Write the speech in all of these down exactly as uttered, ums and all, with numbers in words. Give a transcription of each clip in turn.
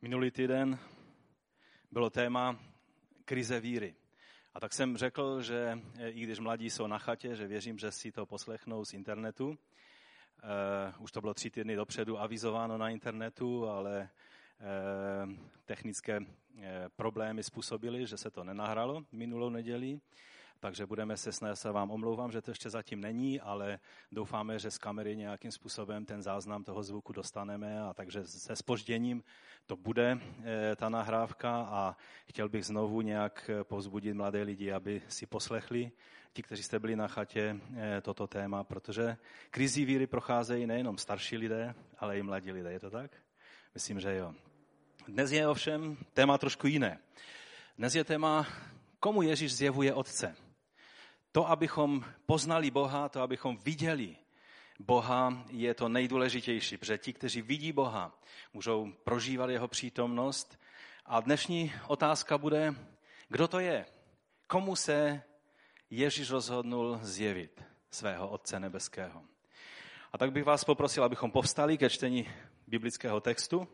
Minulý týden bylo téma krize víry. A tak jsem řekl, že i když mladí jsou na chatě, že věřím, že si to poslechnou z internetu. Uh, už to bylo tři týdny dopředu avizováno na internetu, ale uh, technické uh, problémy způsobily, že se to nenahralo minulou neděli. Takže budeme se snažit, se vám omlouvám, že to ještě zatím není, ale doufáme, že z kamery nějakým způsobem ten záznam toho zvuku dostaneme a takže se zpožděním to bude e, ta nahrávka a chtěl bych znovu nějak povzbudit mladé lidi, aby si poslechli, ti, kteří jste byli na chatě, e, toto téma, protože krizí víry procházejí nejenom starší lidé, ale i mladí lidé. Je to tak? Myslím, že jo. Dnes je ovšem téma trošku jiné. Dnes je téma, komu Ježíš zjevuje Otce. To, abychom poznali Boha, to, abychom viděli Boha, je to nejdůležitější, protože ti, kteří vidí Boha, můžou prožívat jeho přítomnost. A dnešní otázka bude, kdo to je? Komu se Ježíš rozhodnul zjevit svého Otce nebeského? A tak bych vás poprosil, abychom povstali ke čtení biblického textu.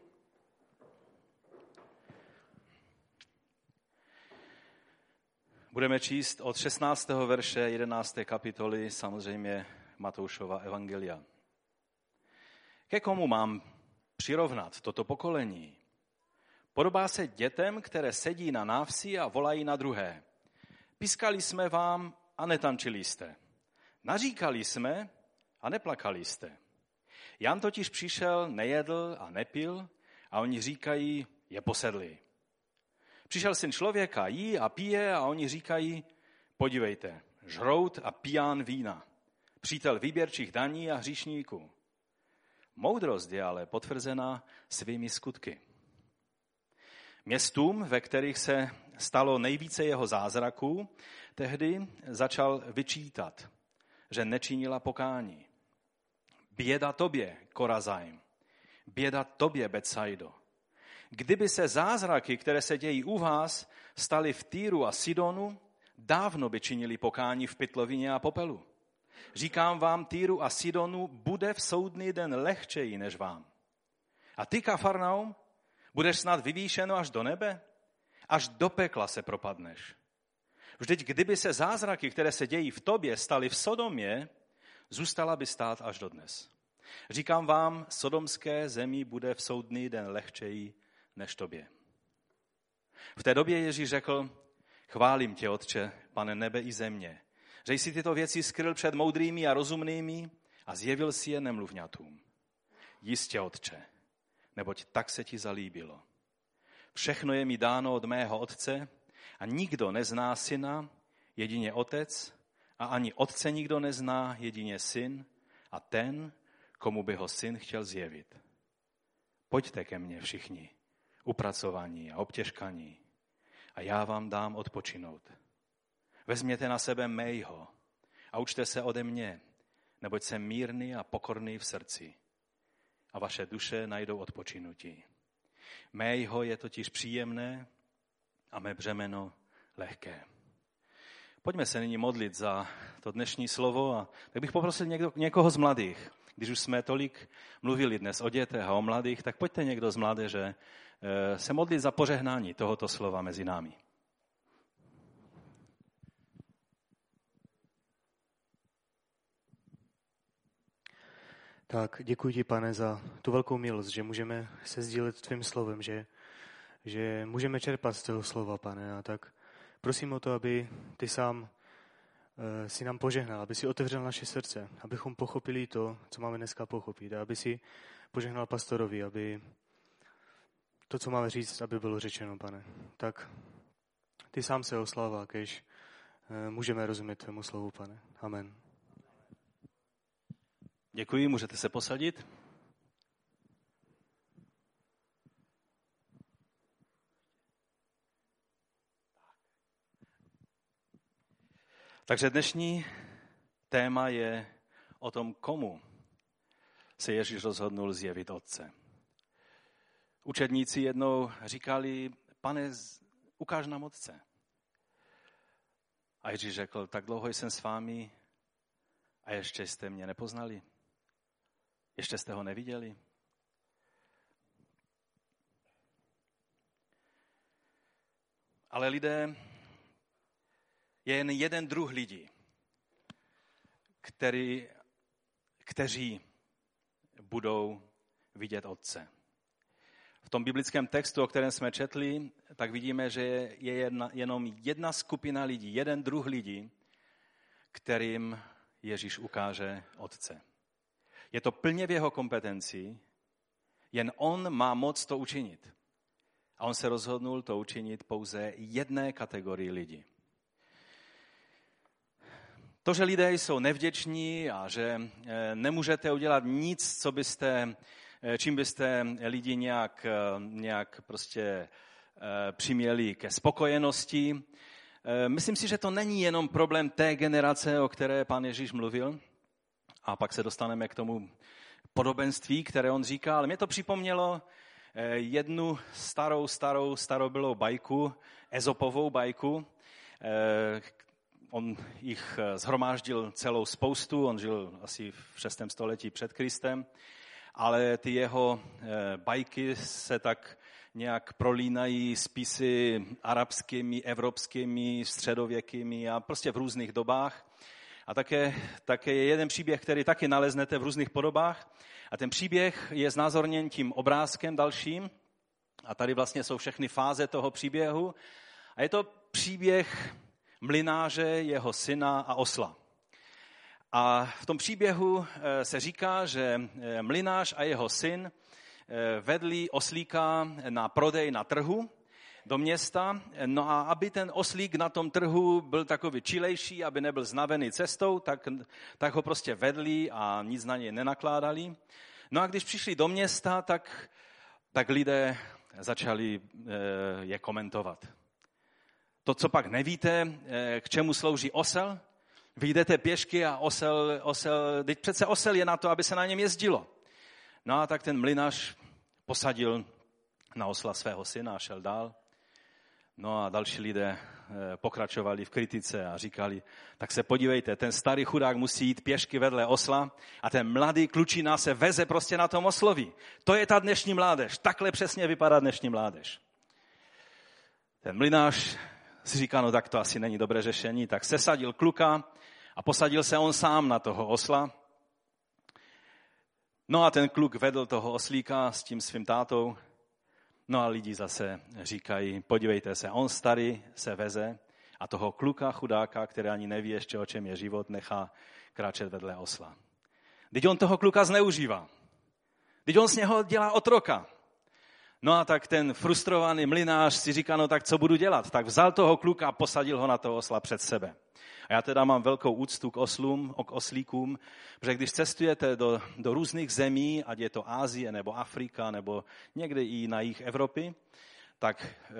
Budeme číst od šestnáctého verše jedenácté kapitoly, samozřejmě Matoušova evangelia. Ke komu mám přirovnat toto pokolení? Podobá se dětem, které sedí na návsi a volají na druhé. Piskali jsme vám a netančili jste. Naříkali jsme a neplakali jste. Jan totiž přišel, nejedl a nepil a oni říkají, je posedlý. Přišel syn člověka, jí a pije a oni říkají, podívejte, žrout a piján vína, přítel výběrčích daní a hříšníků. Moudrost je ale potvrzena svými skutky. Městům, ve kterých se stalo nejvíce jeho zázraků, tehdy začal vyčítat, že nečinila pokání. Běda tobě, Korazajm, běda tobě, Betsaido. Kdyby se zázraky, které se dějí u vás, staly v Týru a Sidonu, dávno by činili pokání v pytlovině a popelu. Říkám vám, Týru a Sidonu bude v soudný den lehčeji než vám. A ty, Kafarnaum, budeš snad vyvýšeno až do nebe? Až do pekla se propadneš. Vždyť kdyby se zázraky, které se dějí v tobě, staly v Sodomě, zůstala by stát až dodnes. Říkám vám, sodomské zemi bude v soudný den lehčeji než tobě. V té době Ježíš řekl, chválím tě, Otče, Pane nebe i země, že jsi tyto věci skryl před moudrými a rozumnými a zjevil si je nemluvňatům. Jistě, Otče, neboť tak se ti zalíbilo. Všechno je mi dáno od mého Otce a nikdo nezná syna, jedině Otec, a ani Otce nikdo nezná, jedině Syn a ten, komu by ho Syn chtěl zjevit. Pojďte ke mně všichni, upracovaní a obtěžkaní, a já vám dám odpočinout. Vezměte na sebe mého a učte se ode mě, neboť jsem mírný a pokorný v srdci a vaše duše najdou odpočinutí. Mého je totiž příjemné a mé břemeno lehké. Pojďme se nyní modlit za to dnešní slovo a tak bych poprosil někdo, někoho z mladých. Když už jsme tolik mluvili dnes o dětech a o mladých, tak pojďte někdo z mládeže se modlit za požehnání tohoto slova mezi námi. Tak děkuji ti, Pane, za tu velkou milost, že můžeme se sdílet tvým slovem, že, že můžeme čerpat z toho slova, Pane. A tak prosím o to, aby ty sám uh, si nám požehnal, aby si otevřel naše srdce, abychom pochopili to, co máme dneska pochopit. A aby si požehnal pastorovi, aby to, co máme říct, aby bylo řečeno, Pane. Tak ty sám se oslava, kež uh, můžeme rozumět tvému slovu, Pane. Amen. Děkuji, můžete se posadit. Takže dnešní téma je o tom, komu se Ježíš rozhodnul zjevit Otce. Učedníci jednou říkali, Pane, ukáž nám Otce. A Ježíš řekl, tak dlouho jsem s vámi a ještě jste mě nepoznali. Ještě jste ho neviděli? Ale lidé, je jen jeden druh lidí, který, kteří budou vidět Otce. V tom biblickém textu, o kterém jsme četli, tak vidíme, že je jedna, jenom jedna skupina lidí, jeden druh lidí, kterým Ježíš ukáže Otce. Je to plně v jeho kompetenci, jen on má moc to učinit. A on se rozhodnul to učinit pouze jedné kategorii lidí. To, že lidé jsou nevděční a že nemůžete udělat nic, co byste, čím byste lidi nějak, nějak prostě přiměli ke spokojenosti. Myslím si, že to není jenom problém té generace, o které pán Ježíš mluvil. A pak se dostaneme k tomu podobenství, které on říká. Ale mě to připomnělo jednu starou, starou, starobylou bajku, Ezopovou bajku. On jich shromáždil celou spoustu, on žil asi v šestém století před Kristem, ale ty jeho bajky se tak nějak prolínají spisy arabskými, evropskými, středověkými a prostě v různých dobách. A také, také je jeden příběh, který taky naleznete v různých podobách. A ten příběh je znázorněn tím obrázkem dalším. A tady vlastně jsou všechny fáze toho příběhu. A je to příběh mlynáře, jeho syna a osla. A v tom příběhu se říká, že mlynář a jeho syn vedli oslíka na prodej na trhu do města. No a aby ten oslík na tom trhu byl takový čilejší, aby nebyl znavený cestou, tak, tak ho prostě vedli a nic na něj nenakládali. No a když přišli do města, tak, tak lidé začali je komentovat. To, co pak nevíte, k čemu slouží osel, vy jdete pěšky a osel, osel, teď přece osel je na to, aby se na něm jezdilo. No a tak ten mlynář posadil na osla svého syna a šel dál. No a další lidé pokračovali v kritice a říkali, tak se podívejte, ten starý chudák musí jít pěšky vedle osla a ten mladý klučina se veze prostě na tom oslovi. To je ta dnešní mládež, takhle přesně vypadá dnešní mládež. Ten mlynář si říká, no tak to asi není dobré řešení, tak sesadil kluka a posadil se on sám na toho osla. No a ten kluk vedl toho oslíka s tím svým tátou. No a lidi zase říkají, podívejte se, on starý se veze a toho kluka chudáka, který ani neví ještě, o čem je život, nechá kráčet vedle osla. Teď on toho kluka zneužívá. Teď on z něho dělá otroka. No a tak ten frustrovaný mlynář si říká, no tak co budu dělat? Tak vzal toho kluka a posadil ho na toho osla před sebe. A já teda mám velkou úctu k oslům, k oslíkům, protože když cestujete do, do různých zemí, ať je to Asie nebo Afrika nebo někde i na jih Evropy, tak e,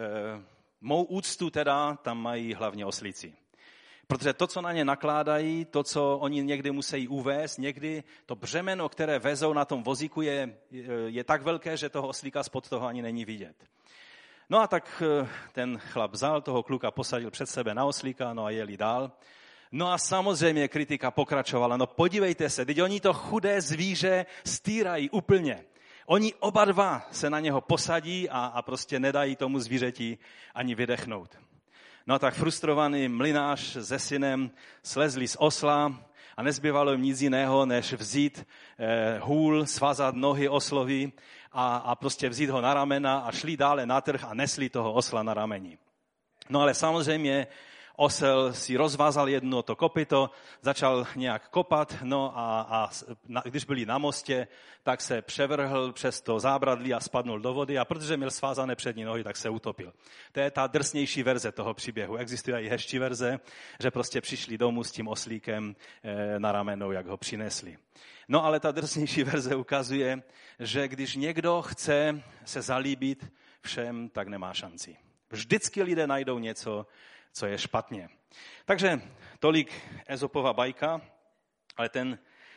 mou úctu teda tam mají hlavně oslíci. Protože to, co na ně nakládají, to, co oni někdy musí uvést, někdy to břemeno, které vezou na tom vozíku, je, je tak velké, že toho oslíka spod toho ani není vidět. No a tak ten chlap vzal toho kluka, posadil před sebe na oslíka, no a jeli dál. No a samozřejmě kritika pokračovala. No podívejte se, teď oni to chudé zvíře stýrají úplně. Oni oba dva se na něho posadí a, a prostě nedají tomu zvířeti ani vydechnout. No a tak frustrovaný mlynář se synem slezli z osla a nezbývalo jim nic jiného, než vzít eh, hůl, svazat nohy oslovi a, a prostě vzít ho na ramena a šli dále na trh a nesli toho osla na rameni. No ale samozřejmě osel si rozvázal jedno to kopyto, začal nějak kopat, no a, a na, když byli na mostě, tak se převrhl přes to zábradlí a spadnul do vody a protože měl svázané přední nohy, tak se utopil. To je ta drsnější verze toho příběhu. Existuje i hezčí verze, že prostě přišli domů s tím oslíkem e, na ramenou, jak ho přinesli. No ale ta drsnější verze ukazuje, že když někdo chce se zalíbit všem, tak nemá šanci. Vždycky lidé najdou něco, co je špatně. Takže tolik Ezopova bajka, ale ten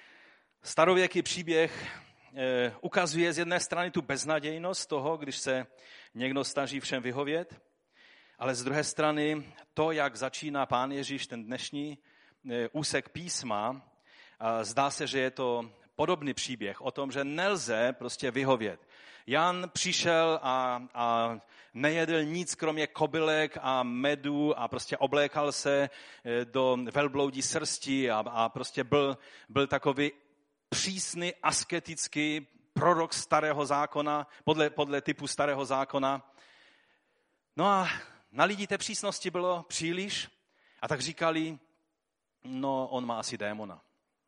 starověký příběh eh, ukazuje z jedné strany tu beznadějnost toho, když se někdo snaží všem vyhovět, ale z druhé strany to, jak začíná Pán Ježíš ten dnešní eh, úsek písma, a zdá se, že je to podobný příběh o tom, že nelze prostě vyhovět. Jan přišel a, a nejedl nic kromě kobylek a medu a prostě oblékal se do velbloudí srsti a, a prostě byl, byl takový přísný, asketický prorok starého zákona, podle, podle typu starého zákona. No a na lidi té přísnosti bylo příliš a tak říkali, no on má asi démona.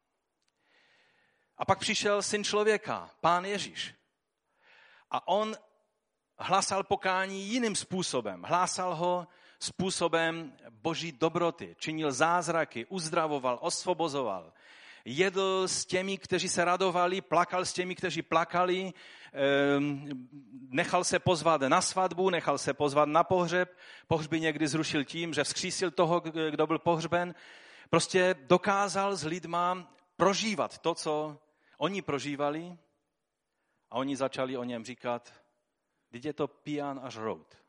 A pak přišel Syn člověka, Pán Ježíš. A on hlásal pokání jiným způsobem. Hlásal ho způsobem boží dobroty. Činil zázraky, uzdravoval, osvobozoval. Jedl s těmi, kteří se radovali, plakal s těmi, kteří plakali, nechal se pozvat na svatbu, nechal se pozvat na pohřeb. Pohřby někdy zrušil tím, že vzkřísil toho, kdo byl pohřben. Prostě dokázal s lidma prožívat to, co oni prožívali, a oni začali o něm říkat, vždyť je to pijan až rout.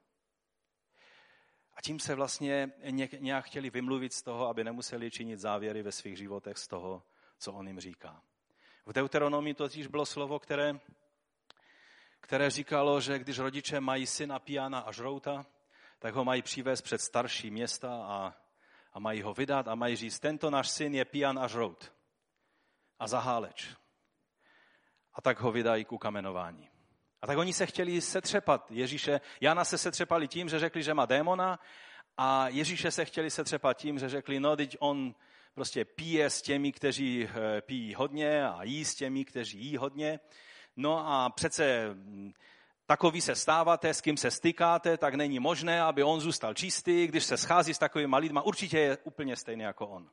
A tím se vlastně nějak chtěli vymluvit z toho, aby nemuseli činit závěry ve svých životech z toho, co on jim říká. V Deuteronomii totiž bylo slovo, které, které říkalo, že když rodiče mají syna pijana a žrouta, tak ho mají přivést před starší města a, a mají ho vydat a mají říct, tento náš syn je pijan a žrout a zaháleč. A tak ho vydají k ukamenování. A tak oni se chtěli setřepat Ježíše. Jana se setřepali tím, že řekli, že má démona, a Ježíše se chtěli setřepat tím, že řekli, no teď on prostě pije s těmi, kteří pijí hodně, a jí s těmi, kteří jí hodně. No a přece takový se stáváte, s kým se stykáte, tak není možné, aby on zůstal čistý, když se schází s takovými lidma, určitě je úplně stejný jako on.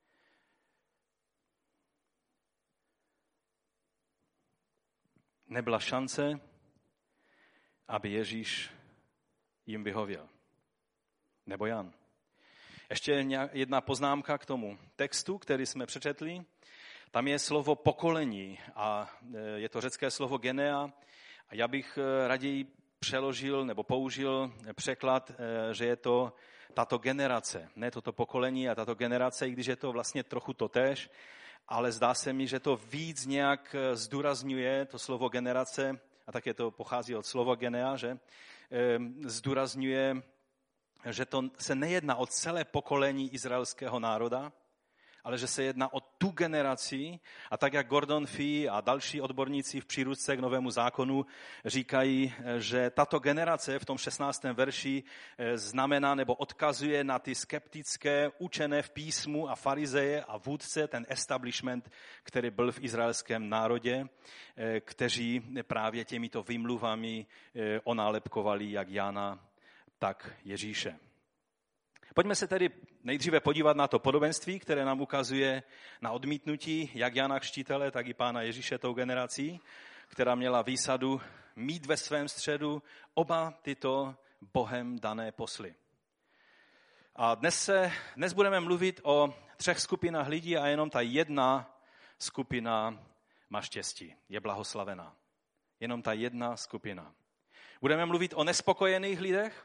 Nebyla šance, aby Ježíš jim vyhověl. Nebo Jan. Ještě jedna poznámka k tomu textu, který jsme přečetli. Tam je slovo pokolení a je to řecké slovo genea. A já bych raději přeložil nebo použil překlad, že je to tato generace. Ne toto pokolení a tato generace, i když je to vlastně trochu totéž, ale zdá se mi, že to víc nějak zdůrazňuje, to slovo generace, a také to pochází od slova genea, že zdůrazňuje, že to se nejedná o celé pokolení izraelského národa, ale že se jedná o tu generaci, a tak jak Gordon Fee a další odborníci v příručce k Novému zákonu říkají, že tato generace v tom šestnáctém verši znamená nebo odkazuje na ty skeptické učené v písmu a farizeje a vůdce, ten establishment, který byl v izraelském národě, kteří právě těmito vymluvami onálepkovali jak Jana, tak Ježíše. Pojďme se tedy nejdříve podívat na to podobenství, které nám ukazuje na odmítnutí jak Jana Křtitele, tak i Pána Ježíše tou generací, která měla výsadu mít ve svém středu oba tyto Bohem dané posly. A dnes, se, dnes budeme mluvit o třech skupinách lidí a jenom ta jedna skupina má štěstí, je blahoslavená. Jenom ta jedna skupina. Budeme mluvit o nespokojených lidech.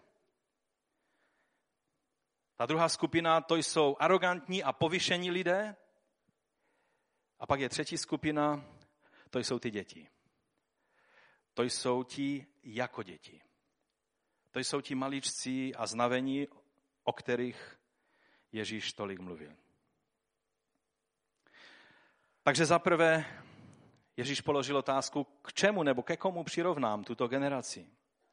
Ta druhá skupina, to jsou arrogantní a povyšení lidé. A pak je třetí skupina, to jsou ty děti. To jsou ti jako děti. To jsou ti maličcí a znavení, o kterých Ježíš tolik mluvil. Takže zaprvé Ježíš položil otázku, k čemu nebo ke komu přirovnám tuto generaci.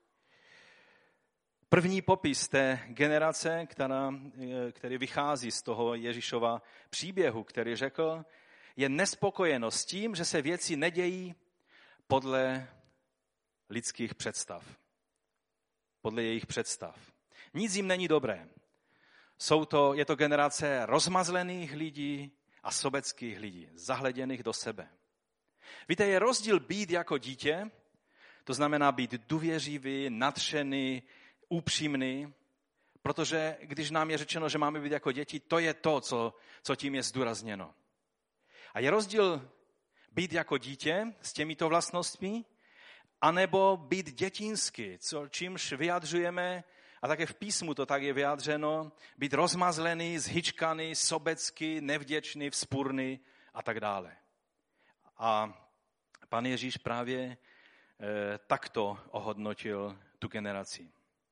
První popis té generace, která, který vychází z toho Ježíšova příběhu, který řekl, je nespokojenost s tím, že se věci nedějí podle lidských představ. Podle jejich představ. Nic jim není dobré. Jsou to, je to generace rozmazlených lidí a sobeckých lidí, zahleděných do sebe. Víte, je rozdíl být jako dítě, to znamená být důvěřivý, nadšený, upřímný, protože když nám je řečeno, že máme být jako děti, to je to, co, co tím je zdůrazněno. A je rozdíl být jako dítě s těmito vlastnostmi, anebo být dětinsky, co, čímž vyjadřujeme, a také v písmu to tak je vyjádřeno, být rozmazlený, zhyčkaný, sobecký, nevděčný, vzpurný a tak dále. A Pan Ježíš právě takto ohodnotil tu generaci.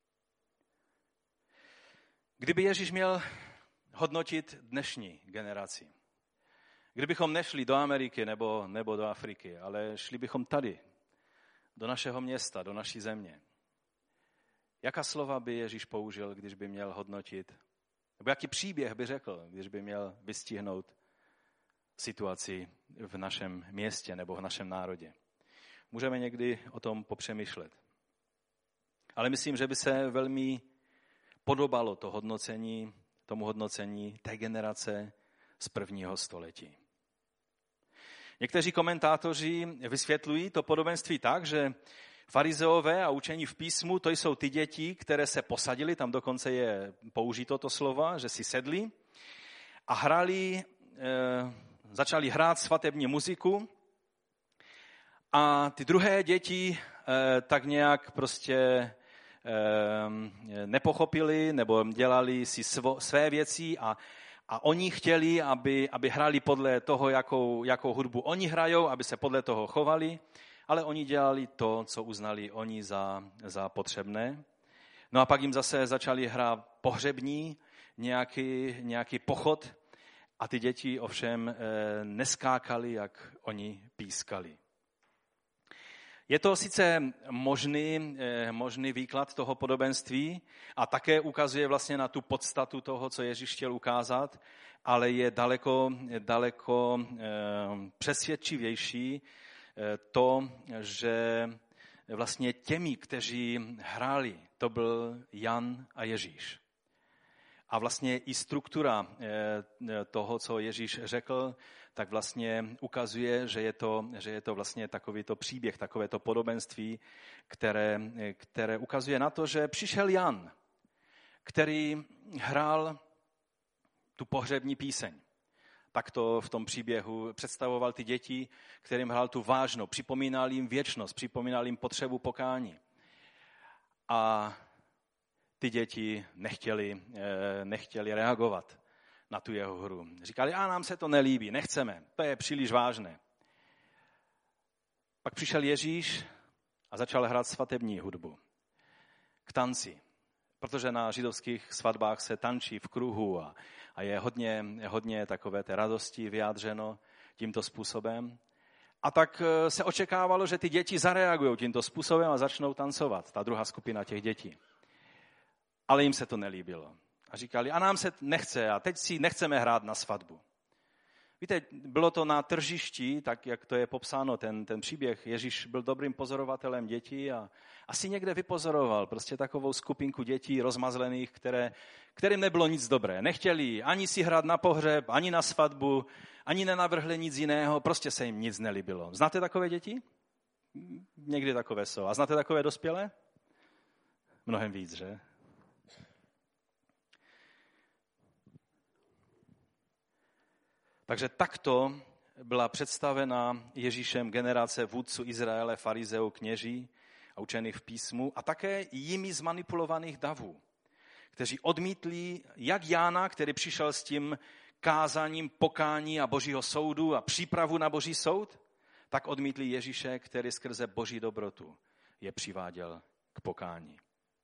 Kdyby Ježíš měl hodnotit dnešní generaci, kdybychom nešli do Ameriky nebo, nebo do Afriky, ale šli bychom tady, do našeho města, do naší země, jaká slova by Ježíš použil, když by měl hodnotit, nebo jaký příběh by řekl, když by měl vystihnout situaci v našem městě nebo v našem národě? Můžeme někdy o tom popřemýšlet. Ale myslím, že by se velmi podobalo to hodnocení, tomu hodnocení té generace z prvního století. Někteří komentátoři vysvětlují to podobenství tak, že farizeové a učení v písmu, to jsou ty děti, které se posadily, tam dokonce je použito to slova, že si sedli a hráli, e, začali hrát svatební muziku a ty druhé děti e, tak nějak prostě e, nepochopili nebo dělali si svo, své věci a A oni chtěli, aby, aby hráli podle toho, jakou, jakou hudbu oni hrajou, aby se podle toho chovali, ale oni dělali to, co uznali oni za, za potřebné. No a pak jim zase začali hrát pohřební, nějaký, nějaký pochod a ty děti ovšem neskákali, jak oni pískali. Je to sice možný, možný výklad toho podobenství a také ukazuje vlastně na tu podstatu toho, co Ježíš chtěl ukázat, ale je daleko, daleko přesvědčivější to, že vlastně těmi, kteří hráli, to byl Jan a Ježíš. A vlastně i struktura toho, co Ježíš řekl, tak vlastně ukazuje, že je to, že je to vlastně takovýto příběh, takovéto podobenství, které, které ukazuje na to, že přišel Jan, který hrál tu pohřební píseň. Tak to v tom příběhu představoval ty děti, kterým hrál tu vážnou, připomínal jim věčnost, připomínal jim potřebu pokání. A ty děti nechtěli, nechtěli reagovat na tu jeho hru. Říkali, a nám se to nelíbí, nechceme, to je příliš vážné. Pak přišel Ježíš a začal hrát svatební hudbu k tanci, protože na židovských svatbách se tančí v kruhu a, a je hodně, hodně takové té radosti vyjádřeno tímto způsobem. A tak se očekávalo, že ty děti zareagují tímto způsobem a začnou tancovat, ta druhá skupina těch dětí. Ale jim se to nelíbilo. A říkali, a nám se nechce a teď si nechceme hrát na svatbu. Víte, bylo to na tržišti, tak jak to je popsáno, ten, ten příběh. Ježíš byl dobrým pozorovatelem dětí a asi někde vypozoroval prostě takovou skupinku dětí rozmazlených, které, kterým nebylo nic dobré. Nechtěli ani si hrát na pohřeb, ani na svatbu, ani nenavrhli nic jiného, prostě se jim nic nelíbilo. Znáte takové děti? Někdy takové jsou. A znáte takové dospělé? Mnohem víc, že? Takže takto byla představena Ježíšem generace vůdců Izraele, farizeů, kněží a učených v písmu a také jimi zmanipulovaných davů, kteří odmítli jak Jána, který přišel s tím kázáním pokání a božího soudu a přípravu na boží soud, tak odmítli Ježíše, který skrze boží dobrotu je přiváděl k pokání.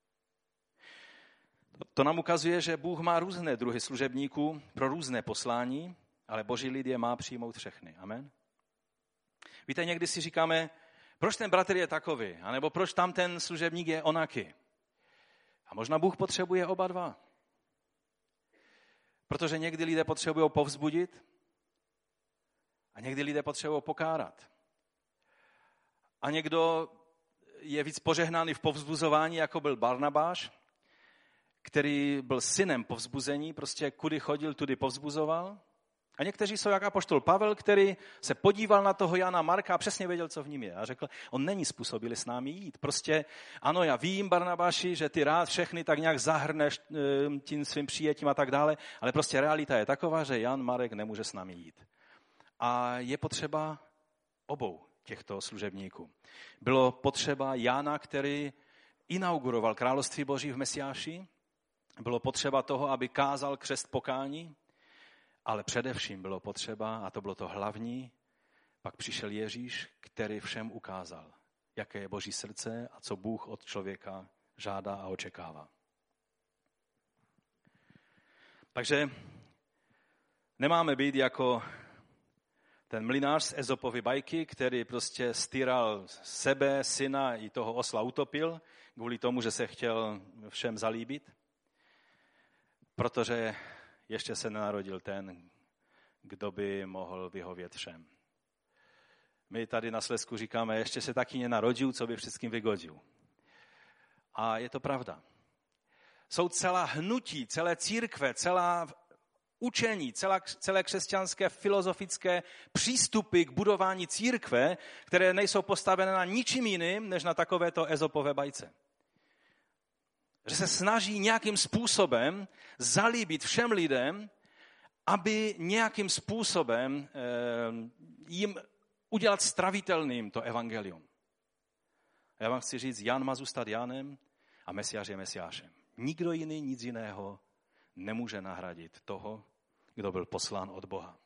To nám ukazuje, že Bůh má různé druhy služebníků pro různé poslání, ale boží lid je má přijmout všechny. Amen. Víte, někdy si říkáme, proč ten bratr je takový, anebo proč tam ten služebník je onaky. A možná Bůh potřebuje oba dva. Protože někdy lidé potřebují povzbudit a někdy lidé potřebují pokárat. A někdo je víc požehnaný v povzbuzování, jako byl Barnabáš, který byl synem povzbuzení, prostě kudy chodil, tudy povzbuzoval. A někteří jsou jak apoštol Pavel, který se podíval na toho Jana Marka a přesně věděl, co v ním je. A řekl, on není způsobilý s námi jít. Prostě ano, já vím, Barnabáši, že ty rád všechny tak nějak zahrneš tím svým přijetím a tak dále, ale prostě realita je taková, že Jan Marek nemůže s námi jít. A je potřeba obou těchto služebníků. Bylo potřeba Jana, který inauguroval království Boží v Mesiáši. Bylo potřeba toho, aby kázal křest pokání. Ale především bylo potřeba, a to bylo to hlavní, pak přišel Ježíš, který všem ukázal, jaké je Boží srdce a co Bůh od člověka žádá a očekává. Takže nemáme být jako ten mlynář z Ezopovy bajky, který prostě stýral sebe, syna i toho osla utopil kvůli tomu, že se chtěl všem zalíbit, protože ještě se nenarodil ten, kdo by mohl vyhovět všem. My tady na Slezsku říkáme, ještě se taky nenarodil, co by všetkým vygodil. A je to pravda. Jsou celá hnutí, celé církve, celá učení, celá, celé křesťanské filozofické přístupy k budování církve, které nejsou postavené na ničím jiným, než na takovéto Ezopové bajce. Že se snaží nějakým způsobem zalíbit všem lidem, aby nějakým způsobem eh, jim udělat stravitelným to evangelium. A já vám chci říct, Jan má zůstat Janem a Mesiáš je Mesiášem. Nikdo jiný, nic jiného nemůže nahradit toho, kdo byl poslán od Boha.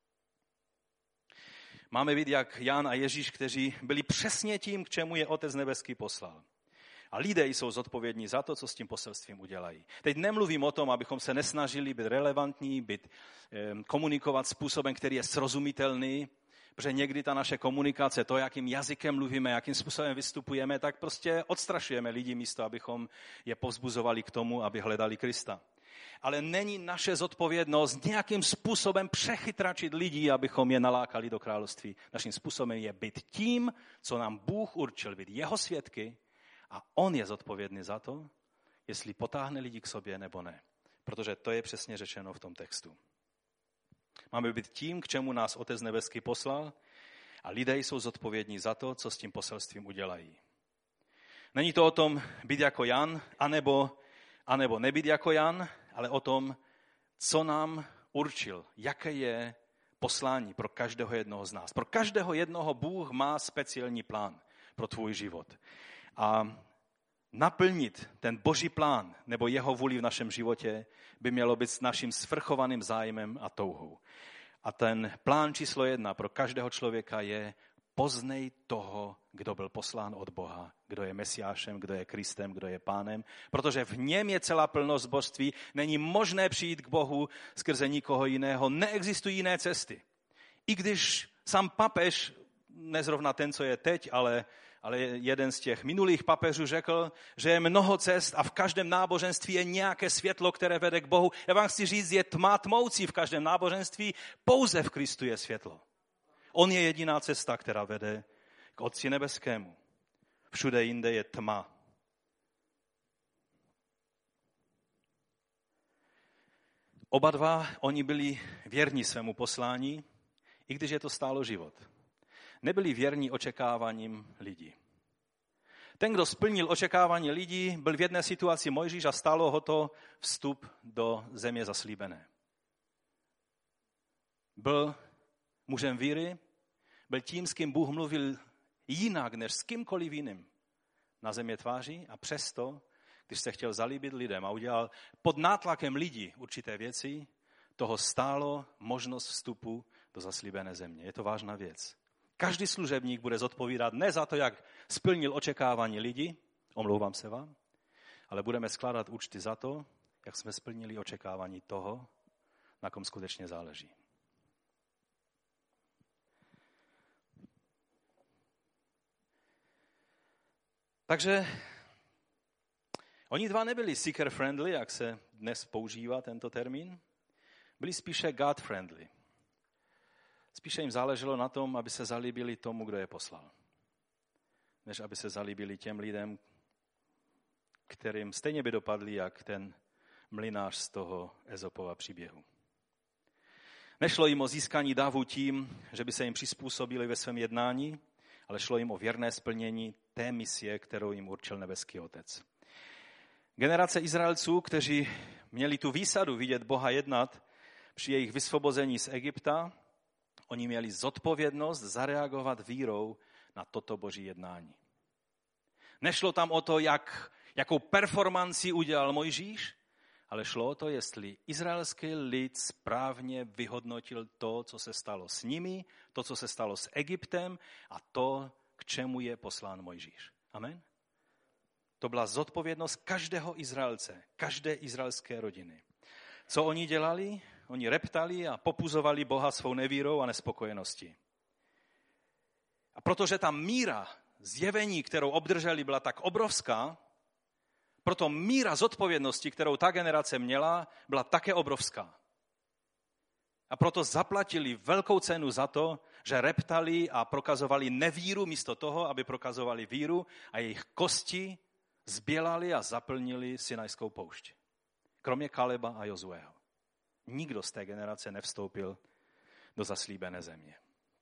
Máme být jak Jan a Ježíš, kteří byli přesně tím, k čemu je Otec nebeský poslal. A lidé jsou zodpovědní za to, co s tím poselstvím udělají. Teď nemluvím o tom, abychom se nesnažili být relevantní, být, komunikovat způsobem, který je srozumitelný, protože někdy ta naše komunikace, to, jakým jazykem mluvíme, jakým způsobem vystupujeme, tak prostě odstrašujeme lidi místo, abychom je povzbuzovali k tomu, aby hledali Krista. Ale není naše zodpovědnost nějakým způsobem přechytračit lidi, abychom je nalákali do království. Naším způsobem je být tím, co nám Bůh určil, být jeho svědky, a on je zodpovědný za to, jestli potáhne lidi k sobě nebo ne. Protože to je přesně řečeno v tom textu. Máme být tím, k čemu nás Otec nebeský poslal, a lidé jsou zodpovědní za to, co s tím poselstvím udělají. Není to o tom být jako Jan, anebo, anebo nebýt jako Jan, ale o tom, co nám určil, jaké je poslání pro každého jednoho z nás. Pro každého jednoho Bůh má speciální plán pro tvůj život. A naplnit ten Boží plán nebo jeho vůli v našem životě by mělo být s naším svrchovaným zájmem a touhou. A ten plán číslo jedna pro každého člověka je: poznej toho, kdo byl poslán od Boha, kdo je Mesiášem, kdo je Kristem, kdo je Pánem, protože v něm je celá plnost božství. Není možné přijít k Bohu skrze nikoho jiného, neexistují jiné cesty. I když sám papež, nezrovna ten, co je teď, ale Ale jeden z těch minulých papežů řekl, že je mnoho cest a v každém náboženství je nějaké světlo, které vede k Bohu. Já vám chci říct, je tma tmoucí v každém náboženství, pouze v Kristu je světlo. On je jediná cesta, která vede k Otci nebeskému. Všude jinde je tma. Oba dva, oni byli věrní svému poslání, i když je to stálo život. Nebyli věrní očekáváním lidí. Ten, kdo splnil očekávání lidí, byl v jedné situaci Mojžíš a stálo ho to vstup do země zaslíbené. Byl mužem víry, byl tím, s kým Bůh mluvil jinak než s kýmkoliv jiným na země tváří, a přesto, když se chtěl zalíbit lidem a udělal pod nátlakem lidí určité věci, toho stálo možnost vstupu do zaslíbené země. Je to vážná věc. Každý služebník bude zodpovídat ne za to, jak splnil očekávání lidí, omlouvám se vám, ale budeme skládat účty za to, jak jsme splnili očekávání toho, na kom skutečně záleží. Takže oni dva nebyli seeker friendly, jak se dnes používá tento termín, byli spíše God friendly. Spíše jim záleželo na tom, aby se zalíbili tomu, kdo je poslal, než aby se zalíbili těm lidem, kterým stejně by dopadli, jak ten mlynář z toho Ezopova příběhu. Nešlo jim o získání davu tím, že by se jim přizpůsobili ve svém jednání, ale šlo jim o věrné splnění té misie, kterou jim určil nebeský Otec. Generace Izraelců, kteří měli tu výsadu vidět Boha jednat při jejich vysvobození z Egypta, oni měli zodpovědnost zareagovat vírou na toto Boží jednání. Nešlo tam o to, jak, jakou performanci udělal Mojžíš, ale šlo o to, jestli izraelský lid správně vyhodnotil to, co se stalo s nimi, to, co se stalo s Egyptem a to, k čemu je poslán Mojžíš. Amen? To byla zodpovědnost každého Izraelce, každé izraelské rodiny. Co oni dělali? Oni reptali a popuzovali Boha svou nevírou a nespokojeností. A protože ta míra zjevení, kterou obdrželi, byla tak obrovská, proto míra zodpovědnosti, kterou ta generace měla, byla také obrovská. A proto zaplatili velkou cenu za to, že reptali a prokazovali nevíru místo toho, aby prokazovali víru, a jejich kosti zbělali a zaplnili Sinajskou poušť. Kromě Kaleba a Jozueho. Nikdo z té generace nevstoupil do zaslíbené země.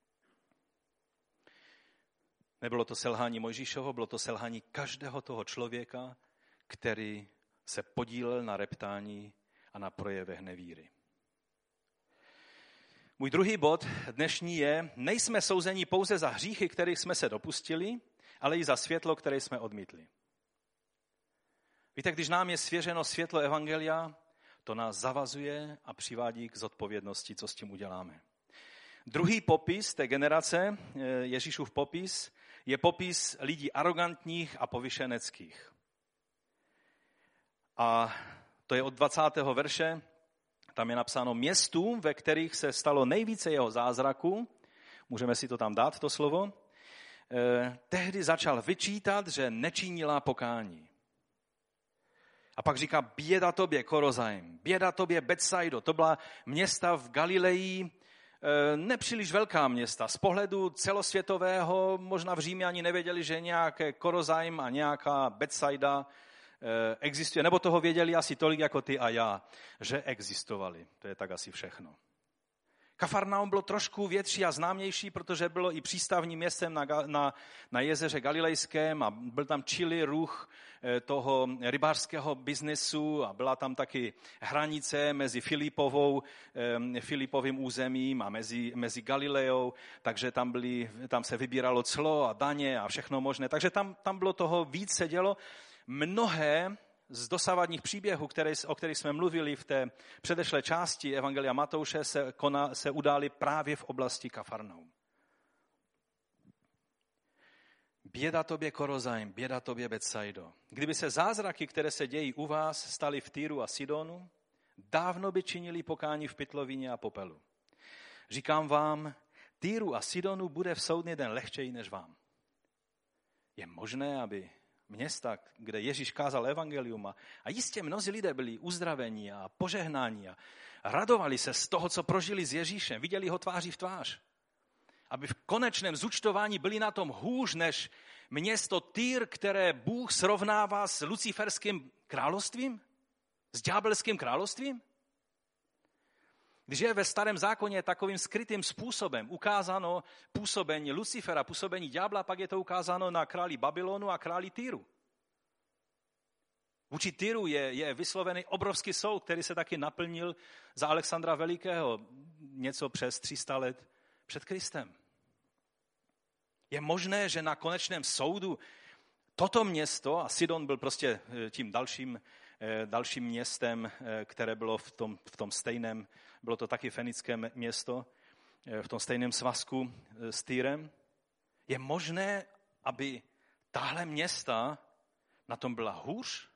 Nebylo to selhání Mojžíšovo, bylo to selhání každého toho člověka, který se podílel na reptání a na projevech nevíry. Můj druhý bod dnešní je, nejsme souzeni pouze za hříchy, kterých jsme se dopustili, ale i za světlo, které jsme odmítli. Víte, když nám je svěřeno světlo evangelia, to nás zavazuje a přivádí k zodpovědnosti, co s tím uděláme. Druhý popis té generace, Ježíšův popis, je popis lidí arrogantních a povyšeneckých. A to je od dvacátého verše, tam je napsáno městům, ve kterých se stalo nejvíce jeho zázraků, můžeme si to tam dát, to slovo, eh, tehdy začal vyčítat, že nečinila pokání. A pak říká, běda tobě, Korozaim, běda tobě, Betsaido. To byla města v Galileji, nepříliš velká města. Z pohledu celosvětového možná v Římě ani nevěděli, že nějaké Korozaim a nějaká Betsaida existuje. Nebo toho věděli asi tolik jako ty a já, že existovali. To je tak asi všechno. Kafarnaum bylo trošku větší a známější, protože bylo i přístavním městem na, na, na jezeře Galilejském a byl tam čilý ruch toho rybářského biznesu a byla tam taky hranice mezi Filipovou, Filipovým územím a mezi, mezi Galileou, takže tam, byly, tam se vybíralo clo a daně a všechno možné. Takže tam, tam bylo toho víc se dělo. Mnohé z dosavadních příběhů, které, o kterých jsme mluvili v té předešlé části Evangelia Matouše, se, kona, se udály právě v oblasti Kafarnaum. Běda tobě, Korozaim, běda tobě, Betsaido. Kdyby se zázraky, které se dějí u vás, staly v Týru a Sidonu, dávno by činili pokání v pytlovině a popelu. Říkám vám, Týru a Sidonu bude v soudný den lehčej než vám. Je možné, aby města, kde Ježíš kázal evangelium a, a jistě mnozí lidé byli uzdraveni a požehnáni a radovali se z toho, co prožili s Ježíšem, viděli ho tváří v tvář. Aby v konečném zúčtování byli na tom hůř než město Týr, které Bůh srovnává s luciferským královstvím? S ďábelským královstvím? Když je ve Starém zákoně takovým skrytým způsobem ukázáno působení Lucifera, působení ďábla, pak je to ukázáno na králi Babylonu a králi Týru. Vůči Týru je, je vyslovený obrovský soud, který se taky naplnil za Alexandra Velikého něco přes tři sta let před Kristem. Je možné, že na konečném soudu toto město, a Sidon byl prostě tím dalším, dalším městem, které bylo v tom, v tom stejném, bylo to taky fenické město, v tom stejném svazku s Týrem. Je možné, aby tahle města na tom byla hůř?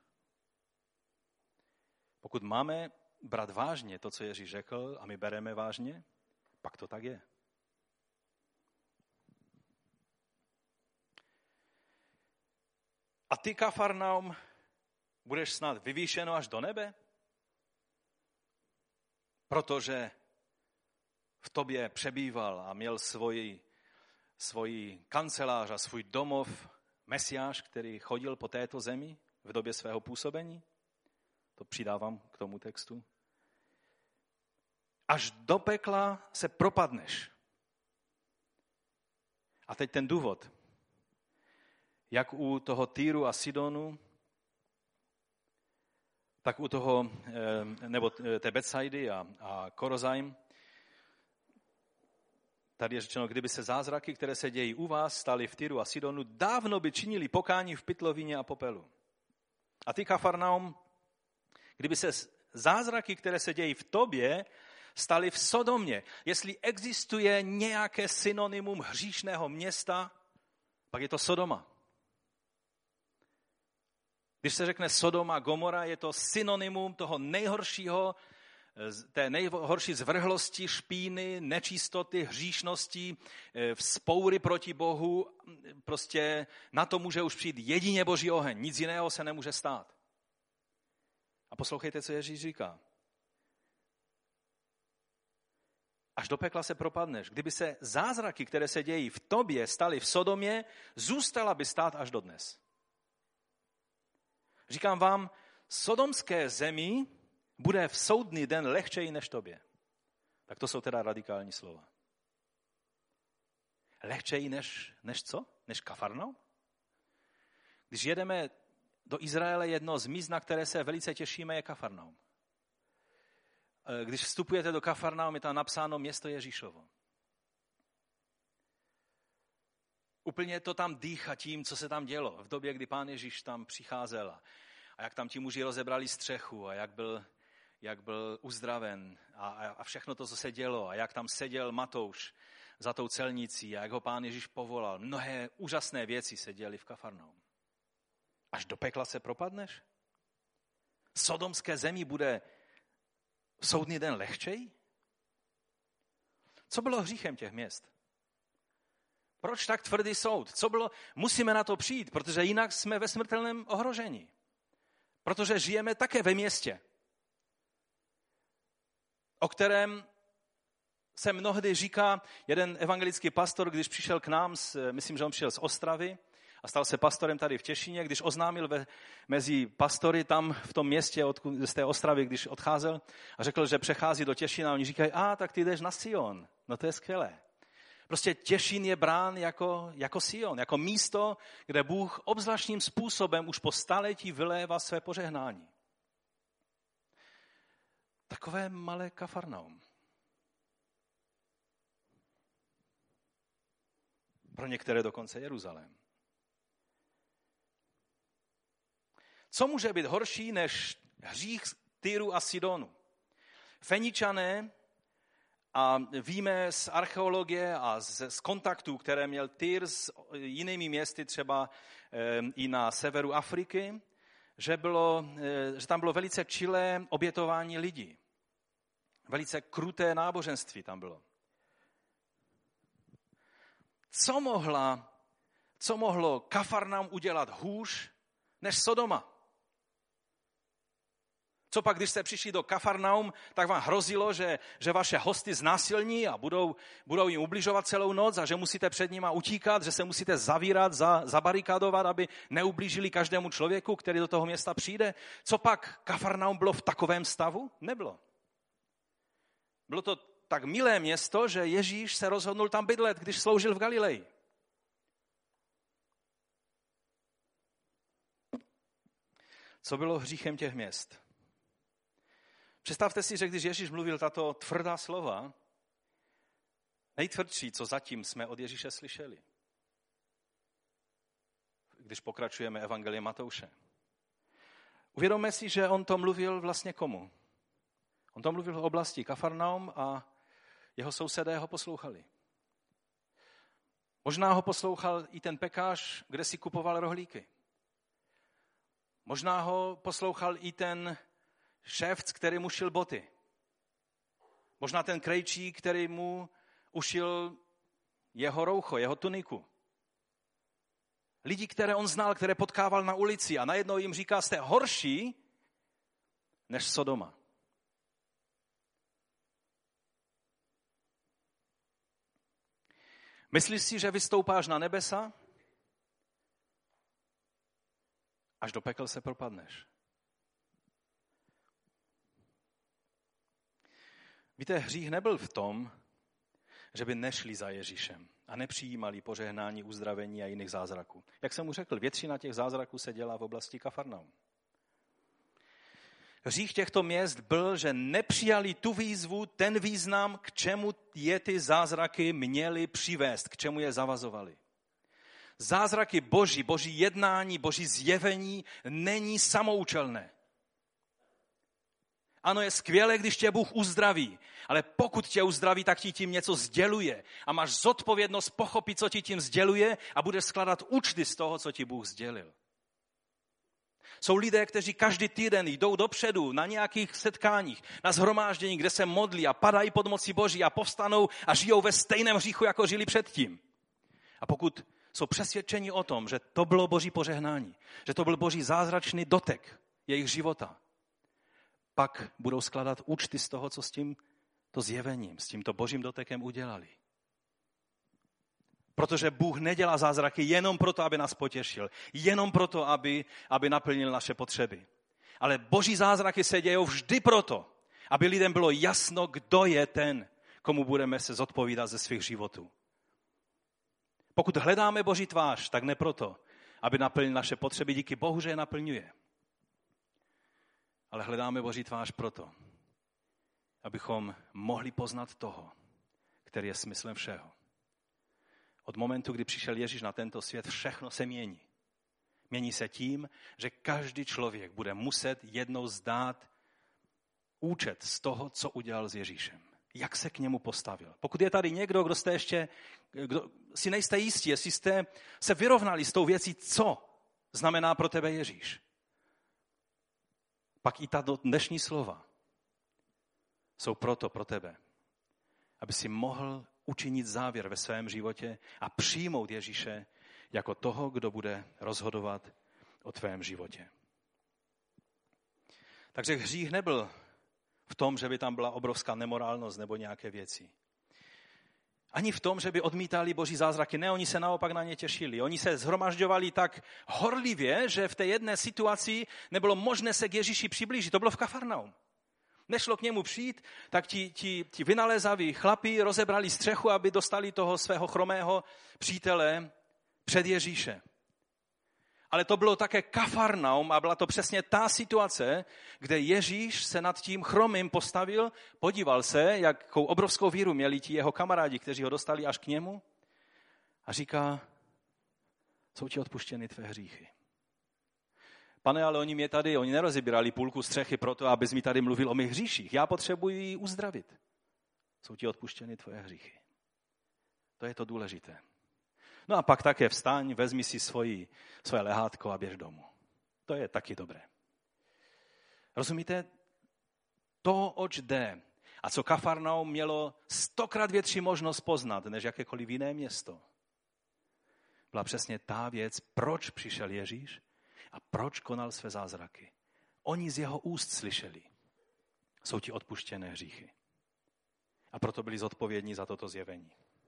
Pokud máme brát vážně to, co Ježíš řekl, a my bereme vážně, pak to tak je. A ty, Kafarnaum, budeš snad vyvýšeno až do nebe? Protože v tobě přebýval a měl svoji, svoji kancelář a svůj domov Mesiáš, který chodil po této zemi v době svého působení? To přidávám k tomu textu. Až do pekla se propadneš. A teď ten důvod. Jak u toho Týru a Sidonu, tak u toho, nebo té Betsaidy a, a Korozaim. Tady je řečeno, kdyby se zázraky, které se dějí u vás, staly v Týru a Sidonu, dávno by činili pokání v pytlovině a popelu. A ty, Kafarnaum, kdyby se zázraky, které se dějí v tobě, staly v Sodomě. Jestli existuje nějaké synonymum hříšného města, Pak je to Sodoma. Když se řekne Sodoma, Gomora, je to synonymum toho nejhoršího, té nejhorší zvrhlosti, špíny, nečistoty, hříšnosti, vzpoury proti Bohu. Prostě na to může už přijít jedině Boží oheň. Nic jiného se nemůže stát. A poslouchejte, co Ježíš říká. Až do pekla se propadneš. Kdyby se zázraky, které se dějí v tobě, staly v Sodomě, zůstala by stát až dodnes. Říkám vám, sodomské zemi bude v soudný den lehčej než tobě. Tak to jsou teda radikální slova. Lehčej než, než co? Než Kafarnaum? Když jedeme do Izraele, jedno z míst, na které se velice těšíme, je Kafarnaum. Když vstupujete do Kafarnaum, je tam napsáno město Ježíšovo. Úplně to tam dýchá tím, co se tam dělo v době, kdy Pán Ježíš tam přicházel. A jak tam ti muži rozebrali střechu a jak byl, jak byl uzdraven a, a všechno to, co se dělo. A jak tam seděl Matouš za tou celnicí a jak ho Pán Ježíš povolal. Mnohé úžasné věci se děly v Kafarnaum. Až do pekla se propadneš? Sodomské zemi bude soudný den lehčej? Co bylo hříchem těch měst? Proč tak tvrdý soud? Co bylo? Musíme na to přijít, protože jinak jsme ve smrtelném ohrožení. Protože žijeme také ve městě, o kterém se mnohdy říká, jeden evangelický pastor, když přišel k nám, z, myslím, že on přišel z Ostravy a stal se pastorem tady v Těšíně, když oznámil ve, mezi pastory tam v tom městě odkud, z té Ostravy, když odcházel a řekl, že přechází do Těšína, a oni říkají, a tak ty jdeš na Sion, no to je skvělé. Prostě Těšín je brán jako, jako Sion, jako místo, kde Bůh obzvláštním způsobem už po staletí vylévá své požehnání. Takové malé Kafarnaum. Pro některé dokonce Jeruzalém. Co může být horší než hřích Tyru a Sidonu? Feničané, a víme z archeologie a z, z kontaktů, které měl Tyr s jinými městy, třeba e, i na severu Afriky, že, bylo, e, že tam bylo velice čilé obětování lidí. Velice kruté náboženství tam bylo. Co, mohla, co mohlo Kafarnaum udělat hůř než Sodoma? Co pak, když jste přišli do Kafarnaum, tak vám hrozilo, že, že vaše hosty znásilní a budou, budou jim ubližovat celou noc a že musíte před nima utíkat, že se musíte zavírat, za, zabarikádovat, aby neublížili každému člověku, který do toho města přijde. Co pak Kafarnaum bylo v takovém stavu? Nebylo. Bylo to tak milé město, že Ježíš se rozhodnul tam bydlet, když sloužil v Galileji. Co bylo hříchem těch měst? Představte si, že když Ježíš mluvil tato tvrdá slova, nejtvrdší, co zatím jsme od Ježíše slyšeli, když pokračujeme evangeliem Matouše. Uvědomme si, že on to mluvil vlastně komu? On to mluvil v oblasti Kafarnaum a jeho sousedé ho poslouchali. Možná ho poslouchal i ten pekář, kde si kupoval rohlíky. Možná ho poslouchal i ten šéfc, který mu šil boty. Možná ten krejčí, který mu ušil jeho roucho, jeho tuniku. Lidi, které on znal, které potkával na ulici a najednou jim říká, jste horší než Sodoma. Myslíš si, že vystoupáš na nebesa? Až do pekel se propadneš. Víte, hřích nebyl v tom, že by nešli za Ježíšem a nepřijímali požehnání, uzdravení a jiných zázraků. Jak jsem mu řekl, většina těch zázraků se dělá v oblasti Kafarnaum. Hřích těchto měst byl, že nepřijali tu výzvu, ten význam, k čemu je ty zázraky měly přivést, k čemu je zavazovali. Zázraky Boží, Boží jednání, Boží zjevení není samoučelné. Ano, je skvělé, když tě Bůh uzdraví, ale pokud tě uzdraví, tak ti tím něco sděluje a máš zodpovědnost pochopit, co ti tím sděluje a budeš skládat účty z toho, co ti Bůh sdělil. Jsou lidé, kteří každý týden jdou dopředu na nějakých setkáních, na shromáždění, kde se modlí a padají pod mocí Boží a povstanou a žijou ve stejném hříchu, jako žili předtím. A pokud jsou přesvědčeni o tom, že to bylo Boží požehnání, že to byl Boží zázračný dotek jejich života, pak budou skládat účty z toho, co s tímto zjevením, s tímto Božím dotekem udělali. Protože Bůh nedělá zázraky jenom proto, aby nás potěšil, jenom proto, aby, aby naplnil naše potřeby. Ale Boží zázraky se dějou vždy proto, aby lidem bylo jasno, kdo je ten, komu budeme se zodpovídat ze svých životů. Pokud hledáme Boží tvář, tak ne proto, aby naplnil naše potřeby, díky Bohu, že je naplňuje. Ale hledáme Boží tvář proto, abychom mohli poznat toho, který je smyslem všeho. Od momentu, kdy přišel Ježíš na tento svět, všechno se mění. Mění se tím, že každý člověk bude muset jednou zdát účet z toho, co udělal s Ježíšem. Jak se k němu postavil. Pokud je tady někdo, kdo jste ještě, kdo si nejste jistí, jestli jste se vyrovnali s tou věcí, co znamená pro tebe Ježíš, pak i ta dnešní slova jsou proto pro tebe, aby si mohl učinit závěr ve svém životě a přijmout Ježíše jako toho, kdo bude rozhodovat o tvém životě. Takže hřích nebyl v tom, že by tam byla obrovská nemorálnost nebo nějaké věci. Ani v tom, že by odmítali Boží zázraky. Ne, oni se naopak na ně těšili. Oni se shromažďovali tak horlivě, že v té jedné situaci nebylo možné se k Ježíši přiblížit. To bylo v Kafarnaum. Nešlo k němu přijít, tak ti, ti, ti vynalézaví chlapi rozebrali střechu, aby dostali toho svého chromého přítele před Ježíše. Ale to bylo také Kafarnaum a byla to přesně ta situace, kde Ježíš se nad tím chromým postavil, podíval se, jakou obrovskou víru měli ti jeho kamarádi, kteří ho dostali až k němu a říká, jsou ti odpuštěny tvé hříchy. Pane, ale oni mě tady, oni nerozebírali půlku střechy proto, abys mi tady mluvil o mých hříších. Já potřebuji uzdravit. Jsou ti odpuštěny tvoje hříchy. To je to důležité. No a pak také vstaň, vezmi si svoji, svoje lehátko a běž domů. To je taky dobré. Rozumíte? To, oč jde a co Kafarnaum mělo stokrát větší možnost poznat, než jakékoliv jiné město, byla přesně ta věc, proč přišel Ježíš a proč konal své zázraky. Oni z jeho úst slyšeli, jsou ti odpuštěné hříchy. A proto byli zodpovědní za toto zjevení.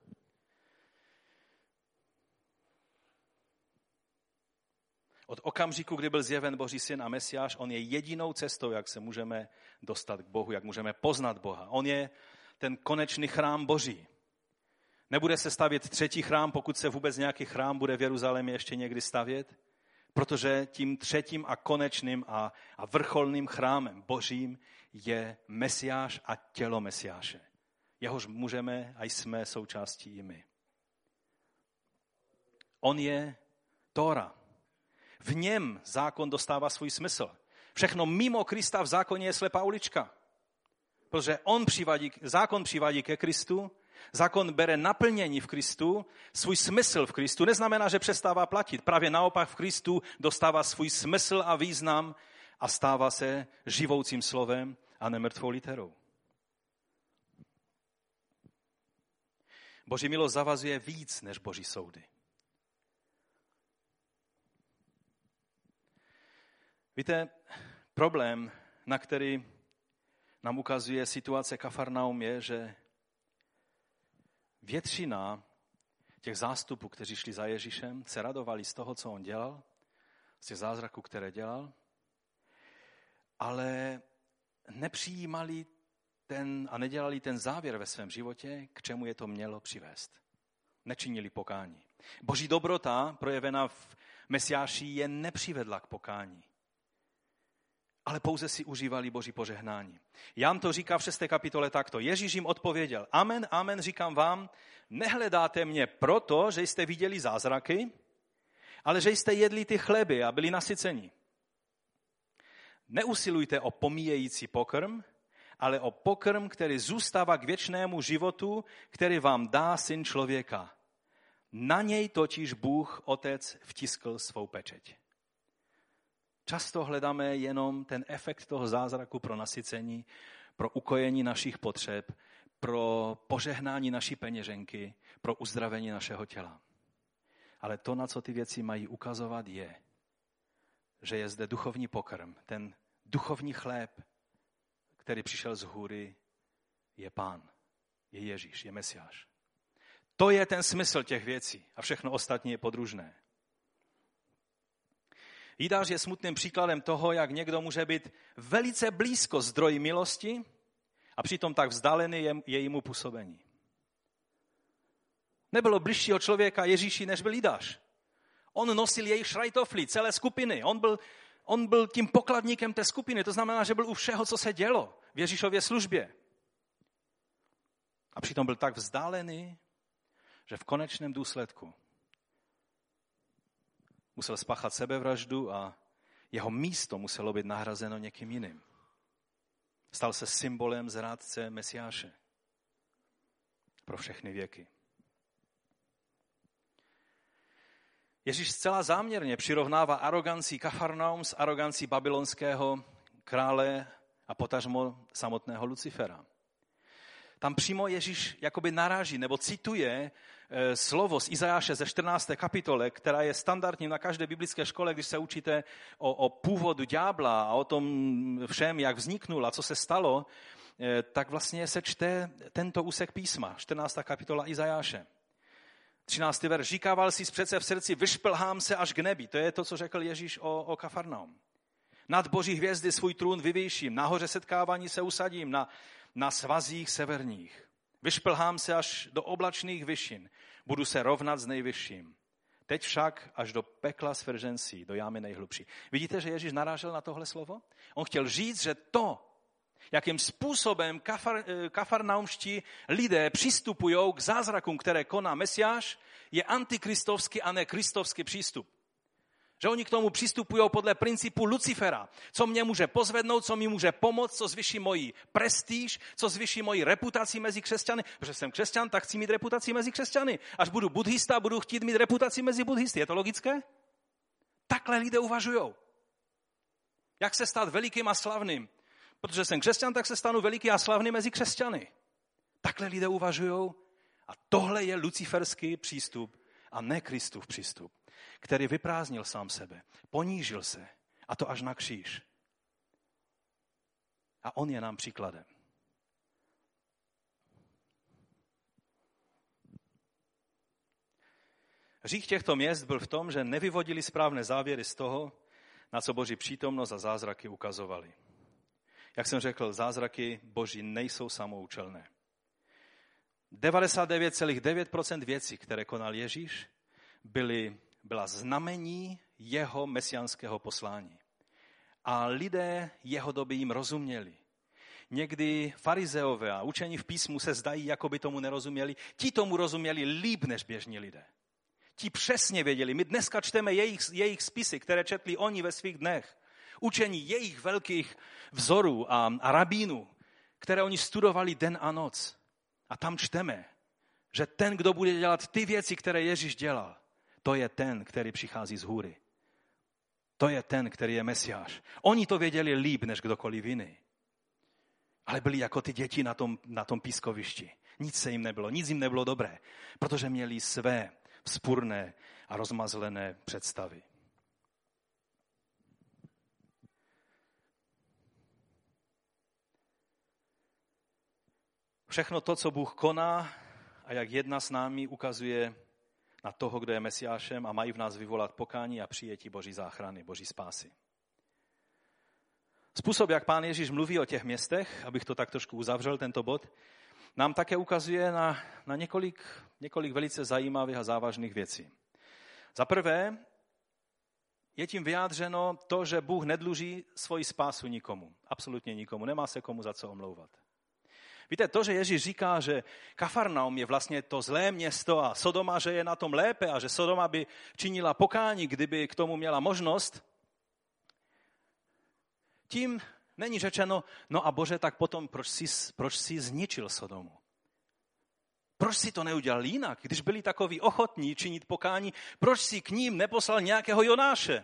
Od okamžiku, kdy byl zjeven Boží syn a Mesiáš, on je jedinou cestou, jak se můžeme dostat k Bohu, jak můžeme poznat Boha. On je ten konečný chrám Boží. Nebude se stavět třetí chrám, pokud se vůbec nějaký chrám bude v Jeruzalémě ještě někdy stavět, protože tím třetím a konečným a, a vrcholným chrámem Božím je Mesiáš a tělo Mesiáše. Jehož můžeme a jsme součástí i my. On je Tóra. V něm zákon dostává svůj smysl. Všechno mimo Krista v zákoně je slepá ulička. Protože on přivádí, zákon přivádí ke Kristu, zákon bere naplnění v Kristu, svůj smysl v Kristu. Neznamená, že přestává platit. Právě naopak v Kristu dostává svůj smysl a význam a stává se živoucím slovem a ne mrtvou literou. Boží milost zavazuje víc než Boží soudy. Víte, problém, na který nám ukazuje situace Kafarnaum, je, že většina těch zástupů, kteří šli za Ježíšem, se radovali z toho, co on dělal, z těch zázraků, které dělal, ale nepřijímali ten a nedělali ten závěr ve svém životě, k čemu je to mělo přivést. Nečinili pokání. Boží dobrota, projevená v Mesiáši, je nepřivedla k pokání. Ale pouze si užívali Boží požehnání. Jan to říká v šesté kapitole takto. Ježíš jim odpověděl, amen, amen, říkám vám, nehledáte mě proto, že jste viděli zázraky, ale že jste jedli ty chleby a byli nasyceni. Neusilujte o pomíjející pokrm, ale o pokrm, který zůstává k věčnému životu, který vám dá Syn člověka. Na něj totiž Bůh Otec vtiskl svou pečeť. Často hledáme jenom ten efekt toho zázraku pro nasycení, pro ukojení našich potřeb, pro požehnání naší peněženky, pro uzdravení našeho těla. Ale to, na co ty věci mají ukazovat, je, že je zde duchovní pokrm. Ten duchovní chléb, který přišel z hůry, je Pán, je Ježíš, je Mesiáš. To je ten smysl těch věcí a všechno ostatní je podružné. Jidáš je smutným příkladem toho, jak někdo může být velice blízko zdroji milosti a přitom tak vzdálený je jejímu působení. Nebylo bližšího člověka Ježíši, než byl Jidáš. On nosil jejich šrajtofly, celé skupiny. On byl, on byl tím pokladníkem té skupiny. To znamená, že byl u všeho, co se dělo v Ježíšově službě. A přitom byl tak vzdálený, že v konečném důsledku musel spáchat sebevraždu a jeho místo muselo být nahrazeno někým jiným. Stal se symbolem zrádce Mesiáše pro všechny věky. Ježíš zcela záměrně přirovnává aroganci Kafarnaum s arogancí babylonského krále a potažmo samotného Lucifera. Tam přímo Ježíš jakoby naráží nebo cituje e, slovo z Izajáše ze čtrnácté kapitole, která je standardní na každé biblické škole, když se učíte o, o původu ďábla a o tom všem, jak vzniknul a co se stalo, e, tak vlastně se čte tento úsek písma, čtrnáctá kapitola Izajáše. třináctý verš. Říkával jsi přece v srdci, vyšplhám se až k nebi. To je to, co řekl Ježíš o, o Kafarnaum. Nad boží hvězdy svůj trůn vyvýším, nahoře setkávání se usadím, na, na svazích severních. Vyšplhám se až do oblačných vyšin, budu se rovnat s nejvyšším. Teď však až do pekla svržen si, do jámy nejhlubší. Vidíte, že Ježíš narážel na tohle slovo? On chtěl říct, že to, jakým způsobem kafar, kafarnaumští lidé přistupují k zázrakům, které koná Mesiáš, je antikristovský a ne kristovský přístup. Že oni k tomu přistupují podle principu Lucifera. Co mě může pozvednout, co mi může pomoct, co zvyší moji prestiž, co zvyší moji reputaci mezi křesťany. Protože jsem křesťan, tak chci mít reputaci mezi křesťany. Až budu buddhista, budu chtít mít reputaci mezi buddhisty. Je to logické? Takhle lidé uvažují. Jak se stát velikým a slavným? Protože jsem křesťan, tak se stanu veliký a slavný mezi křesťany. Takhle lidé uvažují. A tohle je luciferský přístup a ne Kristův přístup, který vyprázdnil sám sebe, ponížil se, a to až na kříž. A on je nám příkladem. Hřích těchto měst byl v tom, že nevyvodili správné závěry z toho, na co Boží přítomnost a zázraky ukazovali. Jak jsem řekl, zázraky Boží nejsou samoučelné. devadesát devět celá devět procent věcí, které konal Ježíš, byly, byla znamení jeho mesiánského poslání. A lidé jeho doby jim rozuměli. Někdy farizeové a učení v písmu se zdají, jako by tomu nerozuměli. Ti tomu rozuměli líp než běžní lidé. Ti přesně věděli. My dneska čteme jejich, jejich spisy, které četli oni ve svých dnech. Učení jejich velkých vzorů a, a rabínů, které oni studovali den a noc. A tam čteme, že ten, kdo bude dělat ty věci, které Ježíš dělal, to je ten, který přichází z hůry. To je ten, který je Mesiáš. Oni to věděli líp než kdokoliv jiný. Ale byli jako ty děti na tom, na tom pískovišti. Nic se jim nebylo, nic jim nebylo dobré, protože měli své vzpurné a rozmazlené představy. Všechno to, co Bůh koná a jak jedná s námi, ukazuje na toho, kdo je Mesiášem a mají v nás vyvolat pokání a přijetí Boží záchrany, Boží spásy. Způsob, jak Pán Ježíš mluví o těch městech, abych to tak trošku uzavřel, tento bod, nám také ukazuje na, na několik, několik velice zajímavých a závažných věcí. Za prvé je tím vyjádřeno to, že Bůh nedluží svoji spásu nikomu. Absolutně nikomu. Nemá se komu za co omlouvat. Víte, to, že Ježíš říká, že Kafarnaum je vlastně to zlé město a Sodoma, že je na tom lépe a že Sodoma by činila pokání, kdyby k tomu měla možnost, Tím není řečeno, no a Bože, tak potom proč jsi, proč jsi zničil Sodomu? Proč si to neudělal jinak? Když byli takoví ochotní činit pokání, proč si k ním neposlal nějakého Jonáše?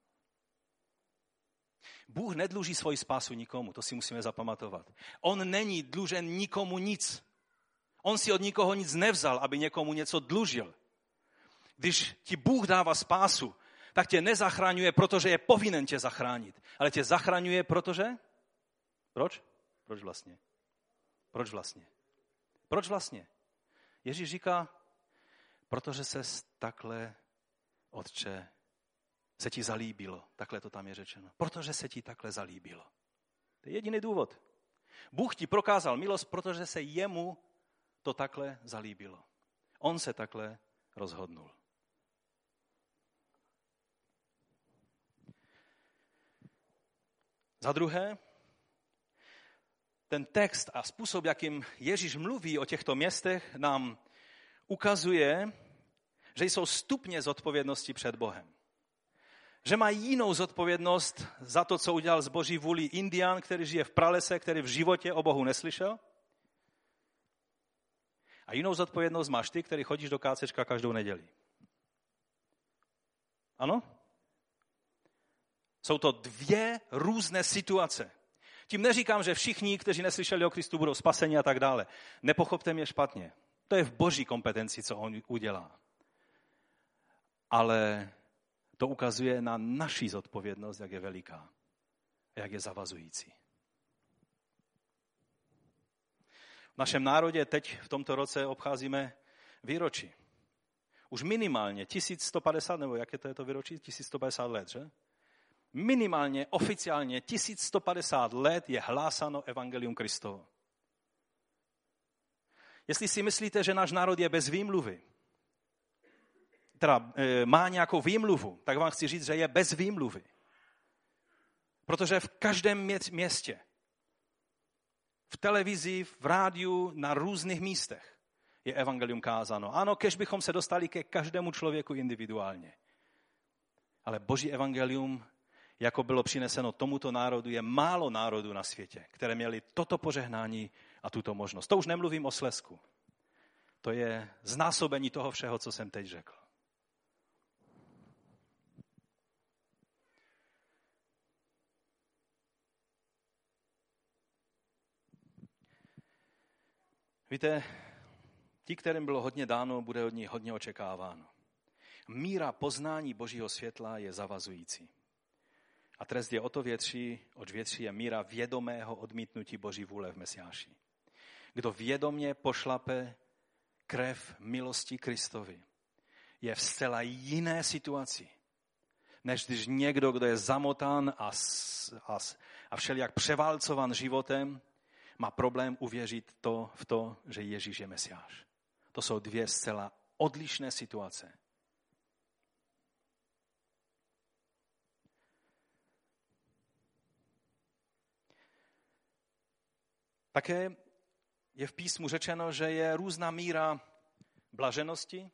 Bůh nedluží svoji spásu nikomu, to si musíme zapamatovat. On není dlužen nikomu nic. On si od nikoho nic nevzal, aby někomu něco dlužil. Když ti Bůh dává spásu, tak tě nezachraňuje, protože je povinen tě zachránit. Ale tě zachraňuje, protože? Proč? Proč vlastně? Proč vlastně? Proč vlastně? Ježíš říká, protože se takhle, Otče, se ti zalíbilo. Takhle to tam je řečeno. Protože se ti takhle zalíbilo. To je jediný důvod. Bůh ti prokázal milost, protože se jemu to takhle zalíbilo. On se takhle rozhodnul. Za druhé, ten text a způsob, jakým Ježíš mluví o těchto městech, nám ukazuje, že jsou stupně zodpovědnosti před Bohem. Že mají jinou zodpovědnost za to, co udělal z Boží vůli Indián, který žije v pralese, který v životě o Bohu neslyšel. A jinou zodpovědnost máš ty, který chodíš do kácečka každou neděli. Ano? Jsou to dvě různé situace. Tím neříkám, že všichni, kteří neslyšeli o Kristu, budou spaseni a tak dále. Nepochopte mě špatně. To je v Boží kompetenci, co on udělá. Ale to ukazuje na naši zodpovědnost, jak je veliká, jak je zavazující. V našem národě teď v tomto roce obcházíme výročí. Už minimálně tisíc sto padesát, nebo jaké to je to výročí? tisíc sto padesát let, že? Minimálně, oficiálně tisíc sto padesát let je hlásáno evangelium Kristovo. Jestli si myslíte, že náš národ je bez výmluvy, teda e, má nějakou výmluvu, tak vám chci říct, že je bez výmluvy. Protože v každém městě, v televizi, v rádiu, na různých místech je evangelium kázáno. Ano, kež bychom se dostali ke každému člověku individuálně. Ale Boží evangelium, jako bylo přineseno tomuto národu, je málo národů na světě, které měly toto požehnání a tuto možnost. To už nemluvím o Slezsku. To je znásobení toho všeho, co jsem teď řekl. Víte, ti, kterým bylo hodně dáno, bude od nich hodně očekáváno. Míra poznání Božího světla je zavazující. A trest je o to větší, oč větší je míra vědomého odmítnutí Boží vůle v Mesiáši. Kdo vědomě pošlape krev milosti Kristovi, je v zcela jiné situaci, než když někdo, kdo je zamotán a, a, a všelijak převálcovan životem, má problém uvěřit to, v to, že Ježíš je Mesiáš. To jsou dvě zcela odlišné situace. Také je v písmu řečeno, že je různá míra blaženosti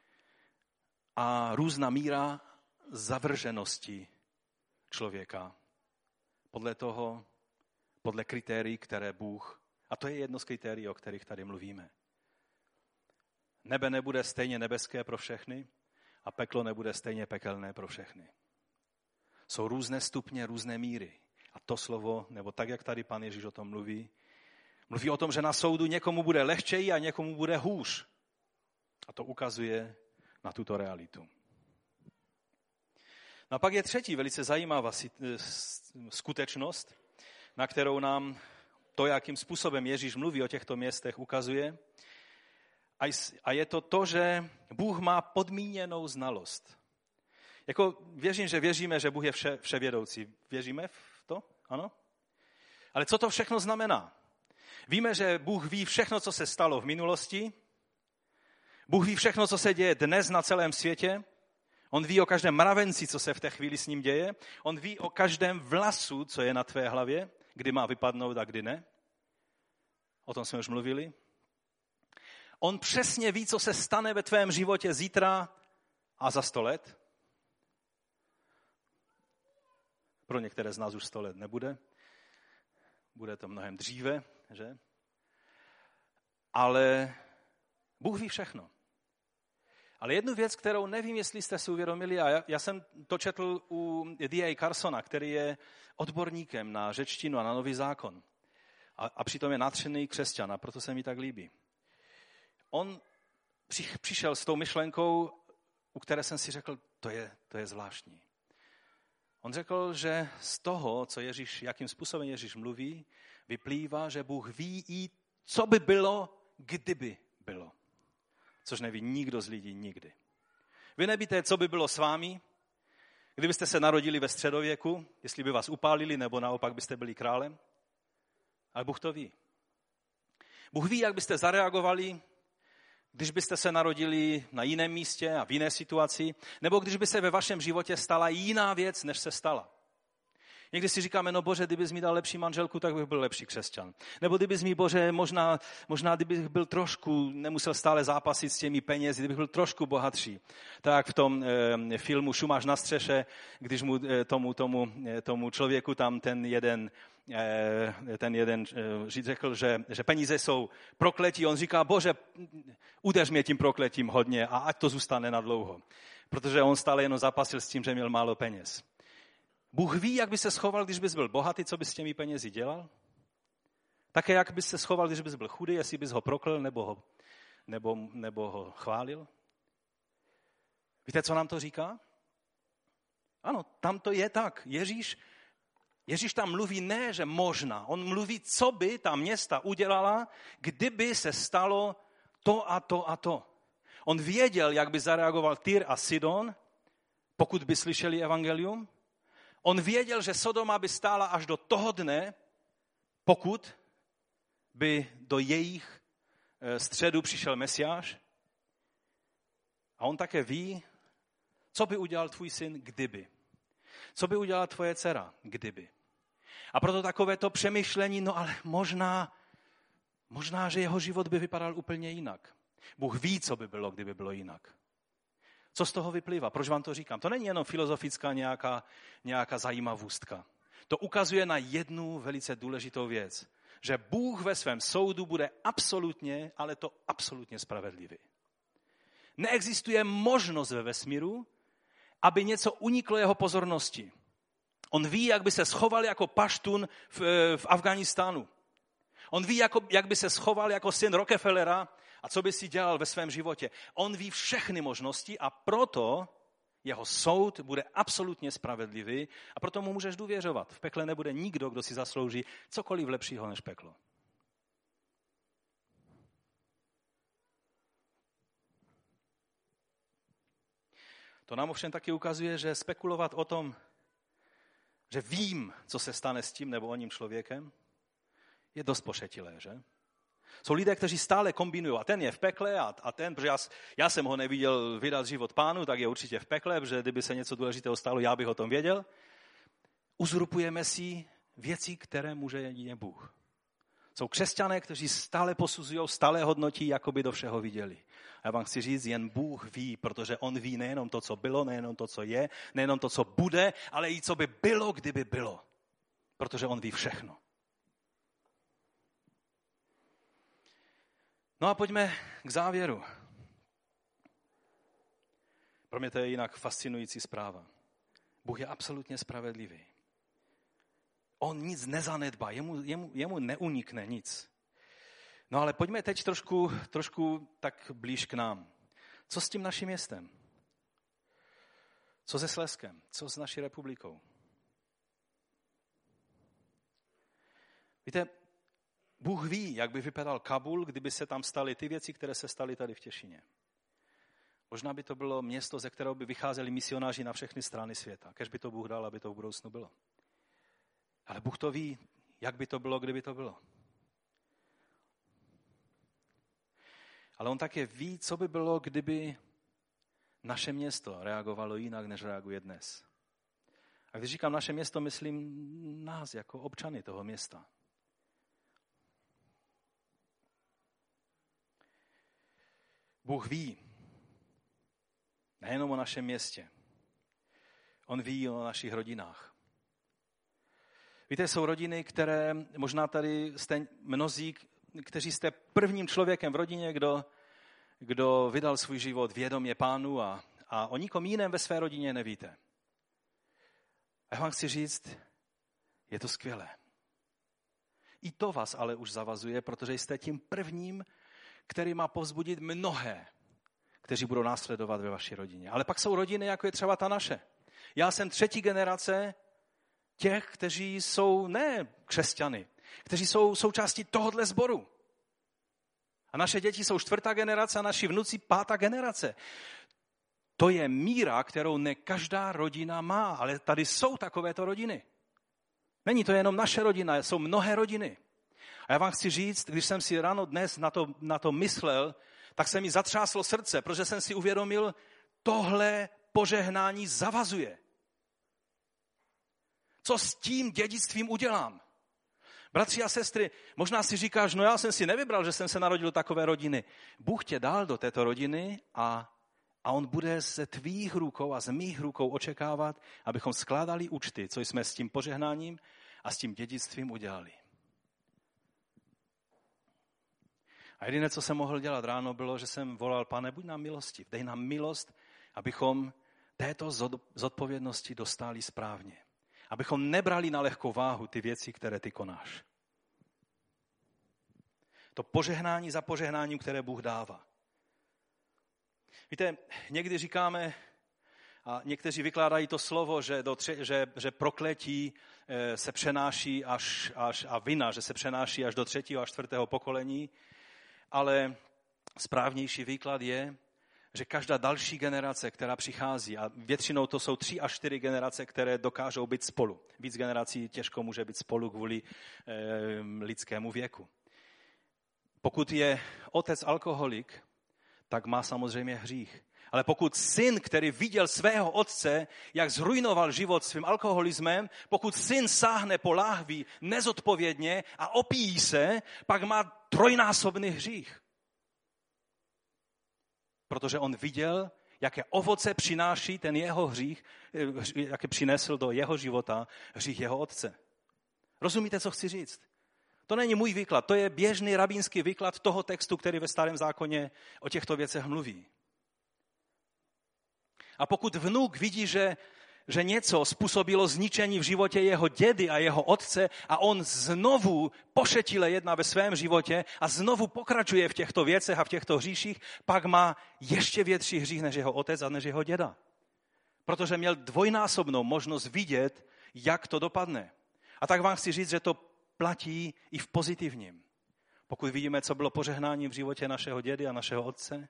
a různá míra zavrženosti člověka. Podle toho, podle kritérií, které Bůh, a to je jedno z kritérií, o kterých tady mluvíme. Nebe nebude stejně nebeské pro všechny a peklo nebude stejně pekelné pro všechny. Jsou různé stupně, různé míry. A to slovo, nebo tak, jak tady Pán Ježíš o tom mluví, mluví o tom, že na soudu někomu bude lehčeji a někomu bude hůř. A to ukazuje na tuto realitu. No a pak je třetí velice zajímavá skutečnost, na kterou nám to, jakým způsobem Ježíš mluví o těchto městech, ukazuje. A je to to, že Bůh má podmíněnou znalost. Jako věřím, že věříme, že Bůh je vše, vševědoucí. Věříme v to? Ano? Ale co to všechno znamená? Víme, že Bůh ví všechno, co se stalo v minulosti. Bůh ví všechno, co se děje dnes na celém světě. On ví o každém mravenci, co se v té chvíli s ním děje. On ví o každém vlasu, co je na tvé hlavě, kdy má vypadnout a kdy ne. O tom jsme už mluvili. On přesně ví, co se stane ve tvém životě zítra a za sto let. pro některé z nás už sto let nebude. Bude to mnohem dříve, že? Ale Bůh ví všechno. Ale jednu věc, kterou nevím, jestli jste si uvědomili, a já, já jsem to četl u D A Carsona, který je odborníkem na řečtinu a na Nový zákon. A, a přitom je natřený křesťan, a proto se mi tak líbí. On při, přišel s tou myšlenkou, u které jsem si řekl, to je, to je zvláštní. On řekl, že z toho, co Ježíš, jakým způsobem Ježíš mluví, vyplývá, že Bůh ví i, co by bylo, kdyby bylo. Což neví nikdo z lidí nikdy. Vy nevíte, co by bylo s vámi, kdybyste se narodili ve středověku, jestli by vás upálili, nebo naopak byste byli králem. Ale Bůh to ví. Bůh ví, jak byste zareagovali, když byste se narodili na jiném místě a v jiné situaci, nebo když by se ve vašem životě stala jiná věc, než se stala. Někdy si říkáme, no Bože, kdybys mi dal lepší manželku, tak bych byl lepší křesťan. Nebo kdybys mi, Bože, možná, možná kdybych byl trošku, nemusel stále zápasit s těmi penězi, kdybych byl trošku bohatší. Tak v tom e, filmu Šumáš na střeše, když mu e, tomu, tomu, e, tomu člověku tam ten jeden, e, ten jeden e, řekl, že, že peníze jsou prokletí. On říká, Bože, udeř mě tím prokletím hodně a ať to zůstane na dlouho. Protože on stále jenom zápasil s tím, že měl málo peněz. Bůh ví, jak by se schoval, když bys byl bohatý, co bys s těmi penězi dělal. Také jak bys se schoval, když bys byl chudý, jestli bys ho proklel nebo ho, nebo, nebo ho chválil. Víte, co nám to říká? Ano, tam to je tak. Ježíš, Ježíš tam mluví ne, že možná. On mluví, co by ta města udělala, kdyby se stalo to a to a to. On věděl, jak by zareagoval Tyr a Sidon, pokud by slyšeli evangelium. On věděl, že Sodoma by stála až do toho dne, pokud by do jejich středu přišel Mesiáš. A on také ví, co by udělal tvůj syn, kdyby. Co by udělala tvoje dcera, kdyby. A proto takovéto přemýšlení, no ale možná, možná, že jeho život by vypadal úplně jinak. Bůh ví, co by bylo, kdyby bylo jinak. Co z toho vyplývá? Proč vám to říkám? To není jenom filozofická nějaká, nějaká zajímavostka. To ukazuje na jednu velice důležitou věc. Že Bůh ve svém soudu bude absolutně, ale to absolutně spravedlivý. Neexistuje možnost ve vesmíru, aby něco uniklo jeho pozornosti. On ví, jak by se schoval jako paštun v, v Afghánistánu. On ví, jako, jak by se schoval jako syn Rockefellera a co by si dělal ve svém životě. On ví všechny možnosti a proto jeho soud bude absolutně spravedlivý a proto mu můžeš důvěřovat. V pekle nebude nikdo, kdo si zaslouží cokoliv lepšího než peklo. To nám ovšem taky ukazuje, že spekulovat o tom, že vím, co se stane s tím nebo oním člověkem, je dost pošetilé, že? Jsou lidé, kteří stále kombinují. A ten je v pekle a, a ten, protože já, já jsem ho neviděl vydat život Pánu, tak je určitě v pekle, protože kdyby se něco důležitého stalo, já bych o tom věděl. Uzurpujeme si věci, které může jedině Bůh. Jsou křesťané, kteří stále posuzují, stále hodnotí, jako by do všeho viděli. A já vám chci říct, jen Bůh ví, protože on ví nejenom to, co bylo, nejenom to, co je, nejenom to, co bude, ale i co by bylo, kdyby bylo. Protože on ví všechno. No a pojďme k závěru. Pro mě to je jinak fascinující zpráva. Bůh je absolutně spravedlivý. On nic nezanedbá, jemu, jemu, jemu neunikne nic. No ale pojďme teď trošku, trošku tak blíž k nám. Co s tím naším městem? Co se Slezskem? Co s naší republikou? Víte, Bůh ví, jak by vypadal Kabul, kdyby se tam staly ty věci, které se staly tady v Těšíně. Možná by to bylo město, ze kterého by vycházeli misionáři na všechny strany světa. Kéž by to Bůh dal, aby to v budoucnu bylo. Ale Bůh to ví, jak by to bylo, kdyby to bylo. Ale on také ví, co by bylo, kdyby naše město reagovalo jinak, než reaguje dnes. A když říkám naše město, myslím nás jako občany toho města. Bůh ví nejenom o našem městě. On ví o našich rodinách. Víte, jsou rodiny, které možná tady jste mnozí, kteří jste prvním člověkem v rodině, kdo, kdo vydal svůj život vědomě Pánu a, a o nikom jiném ve své rodině nevíte. A já vám chci říct, je to skvělé. I to vás ale už zavazuje, protože jste tím prvním, který má povzbudit mnohé, kteří budou následovat ve vaší rodině. Ale pak jsou rodiny, jako je třeba ta naše. Já jsem třetí generace těch, kteří jsou ne křesťany, kteří jsou součástí tohohle sboru. A naše děti jsou čtvrtá generace a naši vnuci pátá generace. To je míra, kterou ne každá rodina má, ale tady jsou takovéto rodiny. Není to jenom naše rodina, jsou mnohé rodiny. A já vám chci říct, když jsem si ráno dnes na to, na to myslel, tak se mi zatřáslo srdce, protože jsem si uvědomil, tohle požehnání zavazuje. Co s tím dědictvím udělám? Bratři a sestry, možná si říkáš, no já jsem si nevybral, že jsem se narodil do takové rodiny. Bůh tě dal do této rodiny a, a on bude ze tvých rukou a z mých rukou očekávat, abychom skládali účty, co jsme s tím požehnáním a s tím dědictvím udělali. A jediné, co jsem mohl dělat ráno, bylo, že jsem volal, Pane, buď nám milostiv, dej nám milost, abychom této zodpovědnosti dostali správně. Abychom nebrali na lehkou váhu ty věci, které ty konáš. To požehnání za požehnáním, které Bůh dává. Víte, někdy říkáme, a někteří vykládají to slovo, že, do tře- že, že prokletí se přenáší až, až a vina, že se přenáší až do třetího a čtvrtého pokolení, ale správnější výklad je, že každá další generace, která přichází, a většinou to jsou tři až čtyři generace, které dokážou být spolu. Víc generací těžko může být spolu kvůli e, lidskému věku. Pokud je otec alkoholik, tak má samozřejmě hřích. Ale pokud syn, který viděl svého otce, jak zrujnoval život svým alkoholismem, pokud syn sáhne po láhvi nezodpovědně a opíjí se, pak má trojnásobný hřích. Protože on viděl, jaké ovoce přináší ten jeho hřích, jaké přinesl do jeho života hřích jeho otce. Rozumíte, co chci říct? To není můj výklad, to je běžný rabínský výklad toho textu, který ve Starém zákoně o těchto věcech mluví. A pokud vnuk vidí, že, že něco způsobilo zničení v životě jeho dědy a jeho otce a on znovu pošetile jedná ve svém životě a znovu pokračuje v těchto věcech a v těchto hříších, pak má ještě větší hřích než jeho otec a než jeho děda. Protože měl dvojnásobnou možnost vidět, jak to dopadne. A tak vám chci říct, že to platí i v pozitivním. Pokud vidíme, co bylo požehnáním v životě našeho dědy a našeho otce,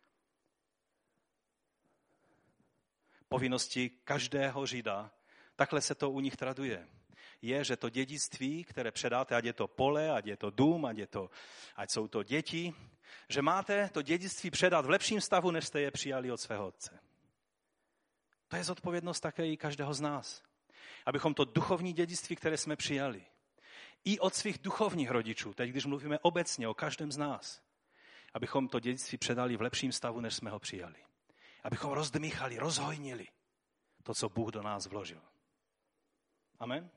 povinnosti každého Žida, takhle se to u nich traduje, je, že to dědictví, které předáte, ať je to pole, ať je to dům, ať, je to, ať jsou to děti, že máte to dědictví předat v lepším stavu, než jste je přijali od svého otce. To je zodpovědnost také i každého z nás. Abychom to duchovní dědictví, které jsme přijali, i od svých duchovních rodičů, teď když mluvíme obecně o každém z nás, abychom to dědictví předali v lepším stavu, než jsme ho přijali. Abychom rozdmýchali, rozhojnili to, co Bůh do nás vložil. Amen?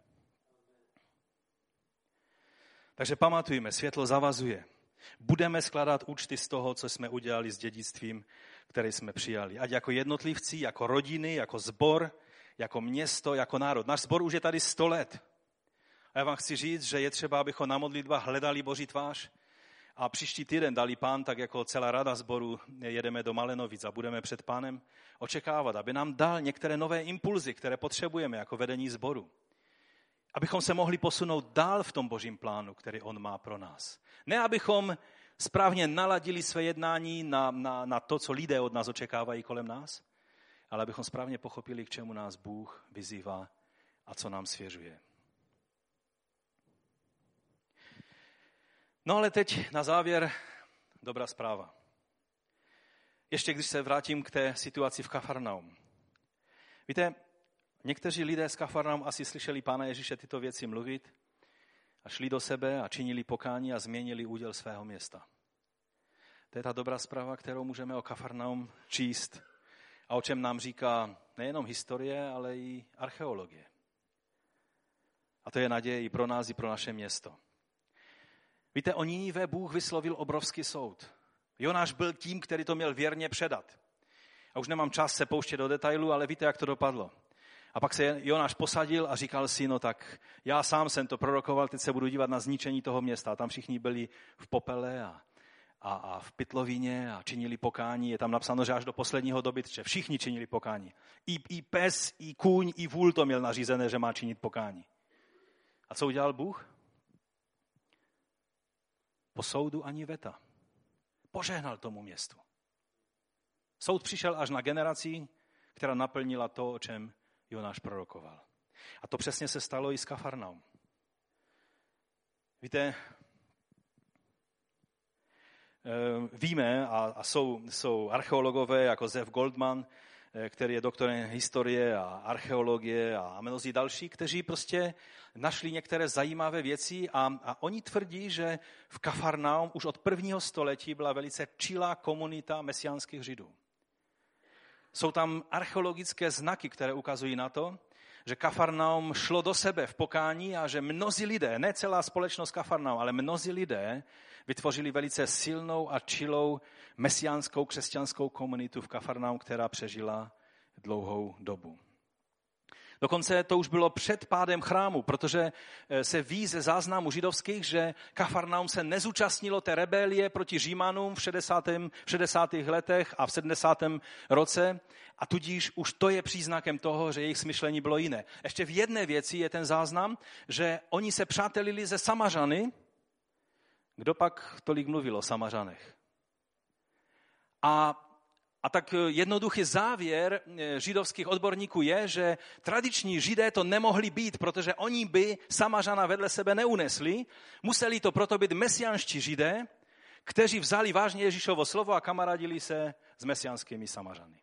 Takže pamatujme, světlo zavazuje. Budeme skládat účty z toho, co jsme udělali s dědictvím, které jsme přijali. Ať jako jednotlivci, jako rodiny, jako sbor, jako město, jako národ. Náš sbor už je tady sto let. A já vám chci říct, že je třeba, abychom na modlitbách hledali Boží tvář. A příští týden, dali Pán, tak jako celá rada sboru, jedeme do Malenovic a budeme před Pánem očekávat, aby nám dal některé nové impulzy, které potřebujeme jako vedení sboru. Abychom se mohli posunout dál v tom Božím plánu, který on má pro nás. Ne, abychom správně naladili své jednání na, na, na to, co lidé od nás očekávají kolem nás, ale abychom správně pochopili, k čemu nás Bůh vyzývá a co nám svěřuje. No ale teď na závěr dobrá zpráva. Ještě když se vrátím k té situaci v Kafarnaum. Víte, někteří lidé z Kafarnaum asi slyšeli Pána Ježíše tyto věci mluvit a šli do sebe a činili pokání a změnili úděl svého města. To je ta dobrá zpráva, kterou můžeme o Kafarnaum číst a o čem nám říká nejenom historie, ale i archeologie. A A to je naděje i pro nás, i pro naše město. Víte, o Ninive Bůh vyslovil obrovský soud. Jonáš byl tím, který to měl věrně předat. A už nemám čas se pouštět do detailu, ale víte, jak to dopadlo. A pak se Jonáš posadil a říkal si, no tak já sám jsem to prorokoval, teď se budu dívat na zničení toho města. A tam všichni byli v popele a, a, a v pytlovině a činili pokání. Je tam napsáno, že až do posledního dobytče všichni činili pokání. I, I pes, i kůň, i vůl to měl nařízené, že má činit pokání. A co udělal Bůh? Po soudu ani veta. Požehnal tomu městu. Soud přišel až na generaci, která naplnila to, o čem Jonáš prorokoval. A to přesně se stalo i s Kafarnaum. Víte, víme, a, a jsou, jsou archeologové jako Zev Goldman, který je doktorem historie a archeologie a mnozí další, kteří prostě našli některé zajímavé věci a, a oni tvrdí, že v Kafarnaum už od prvního století byla velice čilá komunita mesiánských Židů. Jsou tam archeologické znaky, které ukazují na to, že Kafarnaum šlo do sebe v pokání a že mnozí lidé, ne celá společnost Kafarnaum, ale mnozí lidé vytvořili velice silnou a čilou mesiánskou křesťanskou komunitu v Kafarnaum, která přežila dlouhou dobu. Dokonce to už bylo před pádem chrámu, protože se ví ze záznamů židovských, že Kafarnaum se nezúčastnilo té rebelie proti Římanům v šedesátých letech a v sedmdesátém roce a tudíž už to je příznakem toho, že jejich smyšlení bylo jiné. Ještě v jedné věci je ten záznam, že oni se přátelili ze Samařany. Kdo pak tolik mluvil o Samařanech? A A tak jednoduchý závěr židovských odborníků je, že tradiční Židé to nemohli být, protože oni by Samařana vedle sebe neunesli. Museli to proto být mesiánští Židé, kteří vzali vážně Ježíšovo slovo a kamarádili se s mesiánskými Samařany.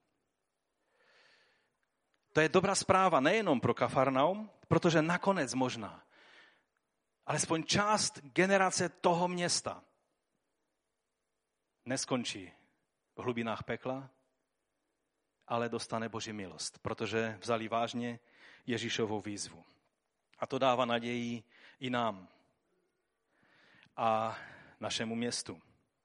To je dobrá zpráva nejenom pro Kafarnaum, protože nakonec možná alespoň část generace toho města neskončí v hlubinách pekla, ale dostane Boží milost, protože vzali vážně Ježíšovou výzvu. A to dává naději i nám a našemu městu.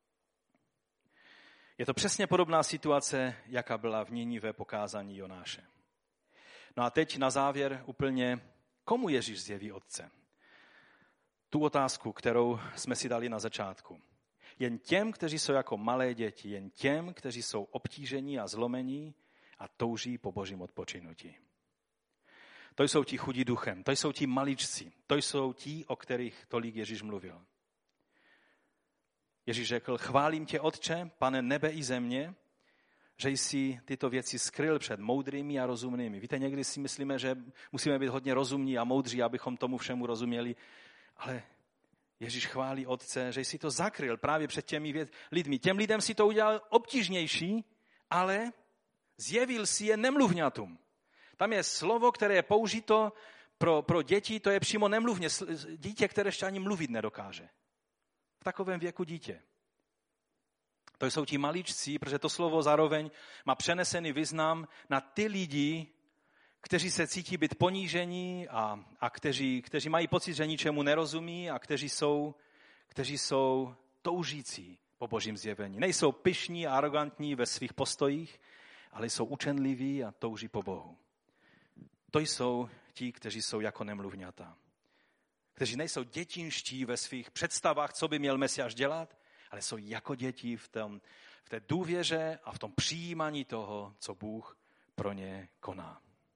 Je to přesně podobná situace, jaká byla v Ninive po kázání Jonáše. No a teď na závěr úplně, komu Ježíš zjeví Otce? Tu otázku, kterou jsme si dali na začátku. Jen těm, kteří jsou jako malé děti, jen těm, kteří jsou obtížení a zlomení a touží po Božím odpočinutí. To jsou ti chudí duchem, to jsou ti maličci, to jsou ti, o kterých tolik Ježíš mluvil. Ježíš řekl, chválím tě, Otče, Pane nebe i země, že jsi tyto věci skryl před moudrými a rozumnými. Víte, někdy si myslíme, že musíme být hodně rozumní a moudří, abychom tomu všemu rozuměli, ale Ježíš chválí Otce, že jsi to zakryl právě před těmi věd- lidmi. Těm lidem si to udělal obtížnější, ale zjevil si je nemluvňatům. Tam je slovo, které je použito pro, pro děti, to je přímo nemluvně. Dítě, které ještě ani mluvit nedokáže. V takovém věku dítě. To jsou ti maličci, protože to slovo zároveň má přenesený význam na ty lidi, kteří se cítí být ponížení a, a kteří, kteří mají pocit, že ničemu nerozumí a kteří jsou, kteří jsou toužící po Božím zjevení. Nejsou pyšní a arrogantní ve svých postojích, ale jsou učenliví a touží po Bohu. To jsou ti, kteří jsou jako nemluvňata. Kteří nejsou dětinští ve svých představách, co by měl Mesiáš dělat, ale jsou jako děti v, tom, v té důvěře a v tom přijímání toho, co Bůh pro ně koná.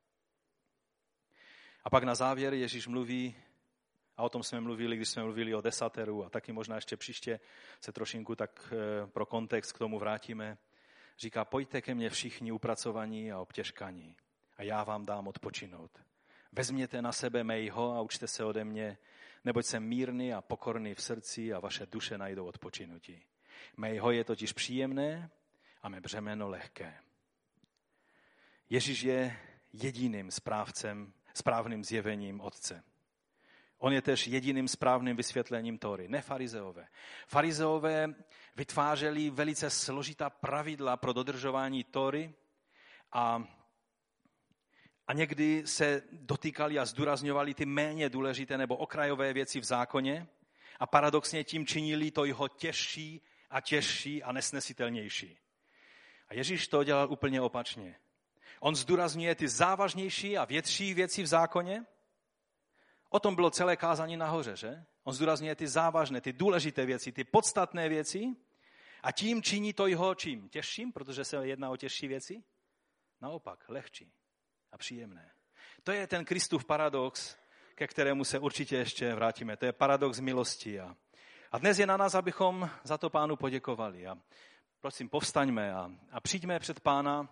A pak na závěr Ježíš mluví, a o tom jsme mluvili, když jsme mluvili o desateru a taky možná ještě příště se trošinku tak pro kontext k tomu vrátíme. Říká, pojďte ke mně všichni upracovaní a obtěžkaní a já vám dám odpočinout. Vezměte na sebe mého a učte se ode mě, neboť jsem mírný a pokorný v srdci a vaše duše najdou odpočinutí. Mého je totiž příjemné a mé břemeno lehké. Ježíš je jediným správcem, správným zjevením Otce. On je tež jediným správným vysvětlením Tóry, ne farizeové. Farizeové vytvářeli velice složitá pravidla pro dodržování Tóry a, A někdy se dotýkali a zdůrazňovali ty méně důležité nebo okrajové věci v zákoně a paradoxně tím činili to jeho těžší a těžší a nesnesitelnější. A Ježíš to dělal úplně opačně. On zdůrazňuje ty závažnější a větší věci v zákoně. O tom bylo celé kázání nahoře, že? On zdůrazňuje ty závažné, ty důležité věci, ty podstatné věci a tím činí to jeho čím? Těžším, protože se jedná o těžší věci? Naopak, lehčí a příjemné. To je ten Kristův paradox, ke kterému se určitě ještě vrátíme. To je paradox milosti. A, a dnes je na nás, abychom za to Pánu poděkovali. A prosím, povstaňme a, a přijďme před Pána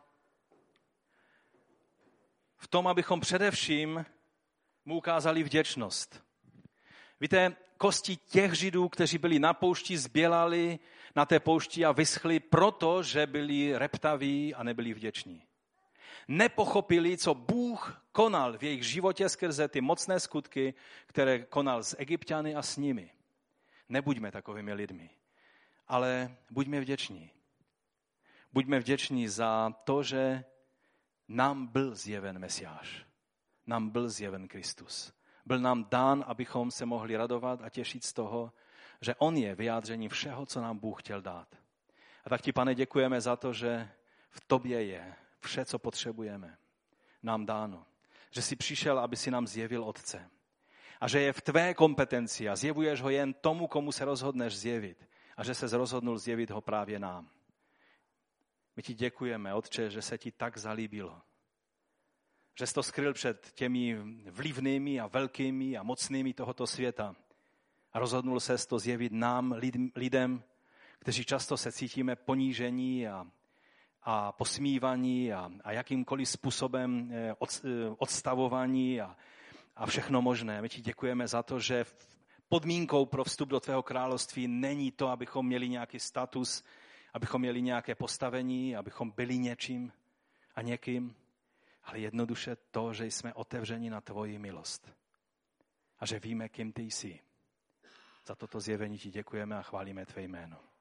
v tom, abychom především mu ukázali vděčnost. Víte, kosti těch Židů, kteří byli na poušti, zbělali na té poušti a vyschli, protože byli reptaví a nebyli vděční. Nepochopili, co Bůh konal v jejich životě skrze ty mocné skutky, které konal s Egypťany a s nimi. Nebuďme takovými lidmi, ale buďme vděční. Buďme vděční za to, že nám byl zjeven Mesiáš. Nám byl zjeven Kristus. Byl nám dán, abychom se mohli radovat a těšit z toho, že on je vyjádřením všeho, co nám Bůh chtěl dát. A tak ti, Pane, děkujeme za to, že v tobě je vše, co potřebujeme, nám dáno. Že jsi přišel, aby si nám zjevil Otce. A že je v tvé kompetenci a zjevuješ ho jen tomu, komu se rozhodneš zjevit. A že se rozhodnul zjevit ho právě nám. My ti děkujeme, Otče, že se ti tak zalíbilo. Že jsi to skryl před těmi vlivnými a velkými a mocnými tohoto světa. A rozhodnul ses to zjevit nám, lidem, kteří často se cítíme ponížení a, a posmívaní a, a jakýmkoliv způsobem od, odstavovaní a, a všechno možné. My ti děkujeme za to, že podmínkou pro vstup do tvého království není to, abychom měli nějaký status, abychom měli nějaké postavení, abychom byli něčím a někým, ale jednoduše to, že jsme otevřeni na tvoji milost a že víme, kým ty jsi. Za toto zjevení ti děkujeme a chválíme tvé jméno.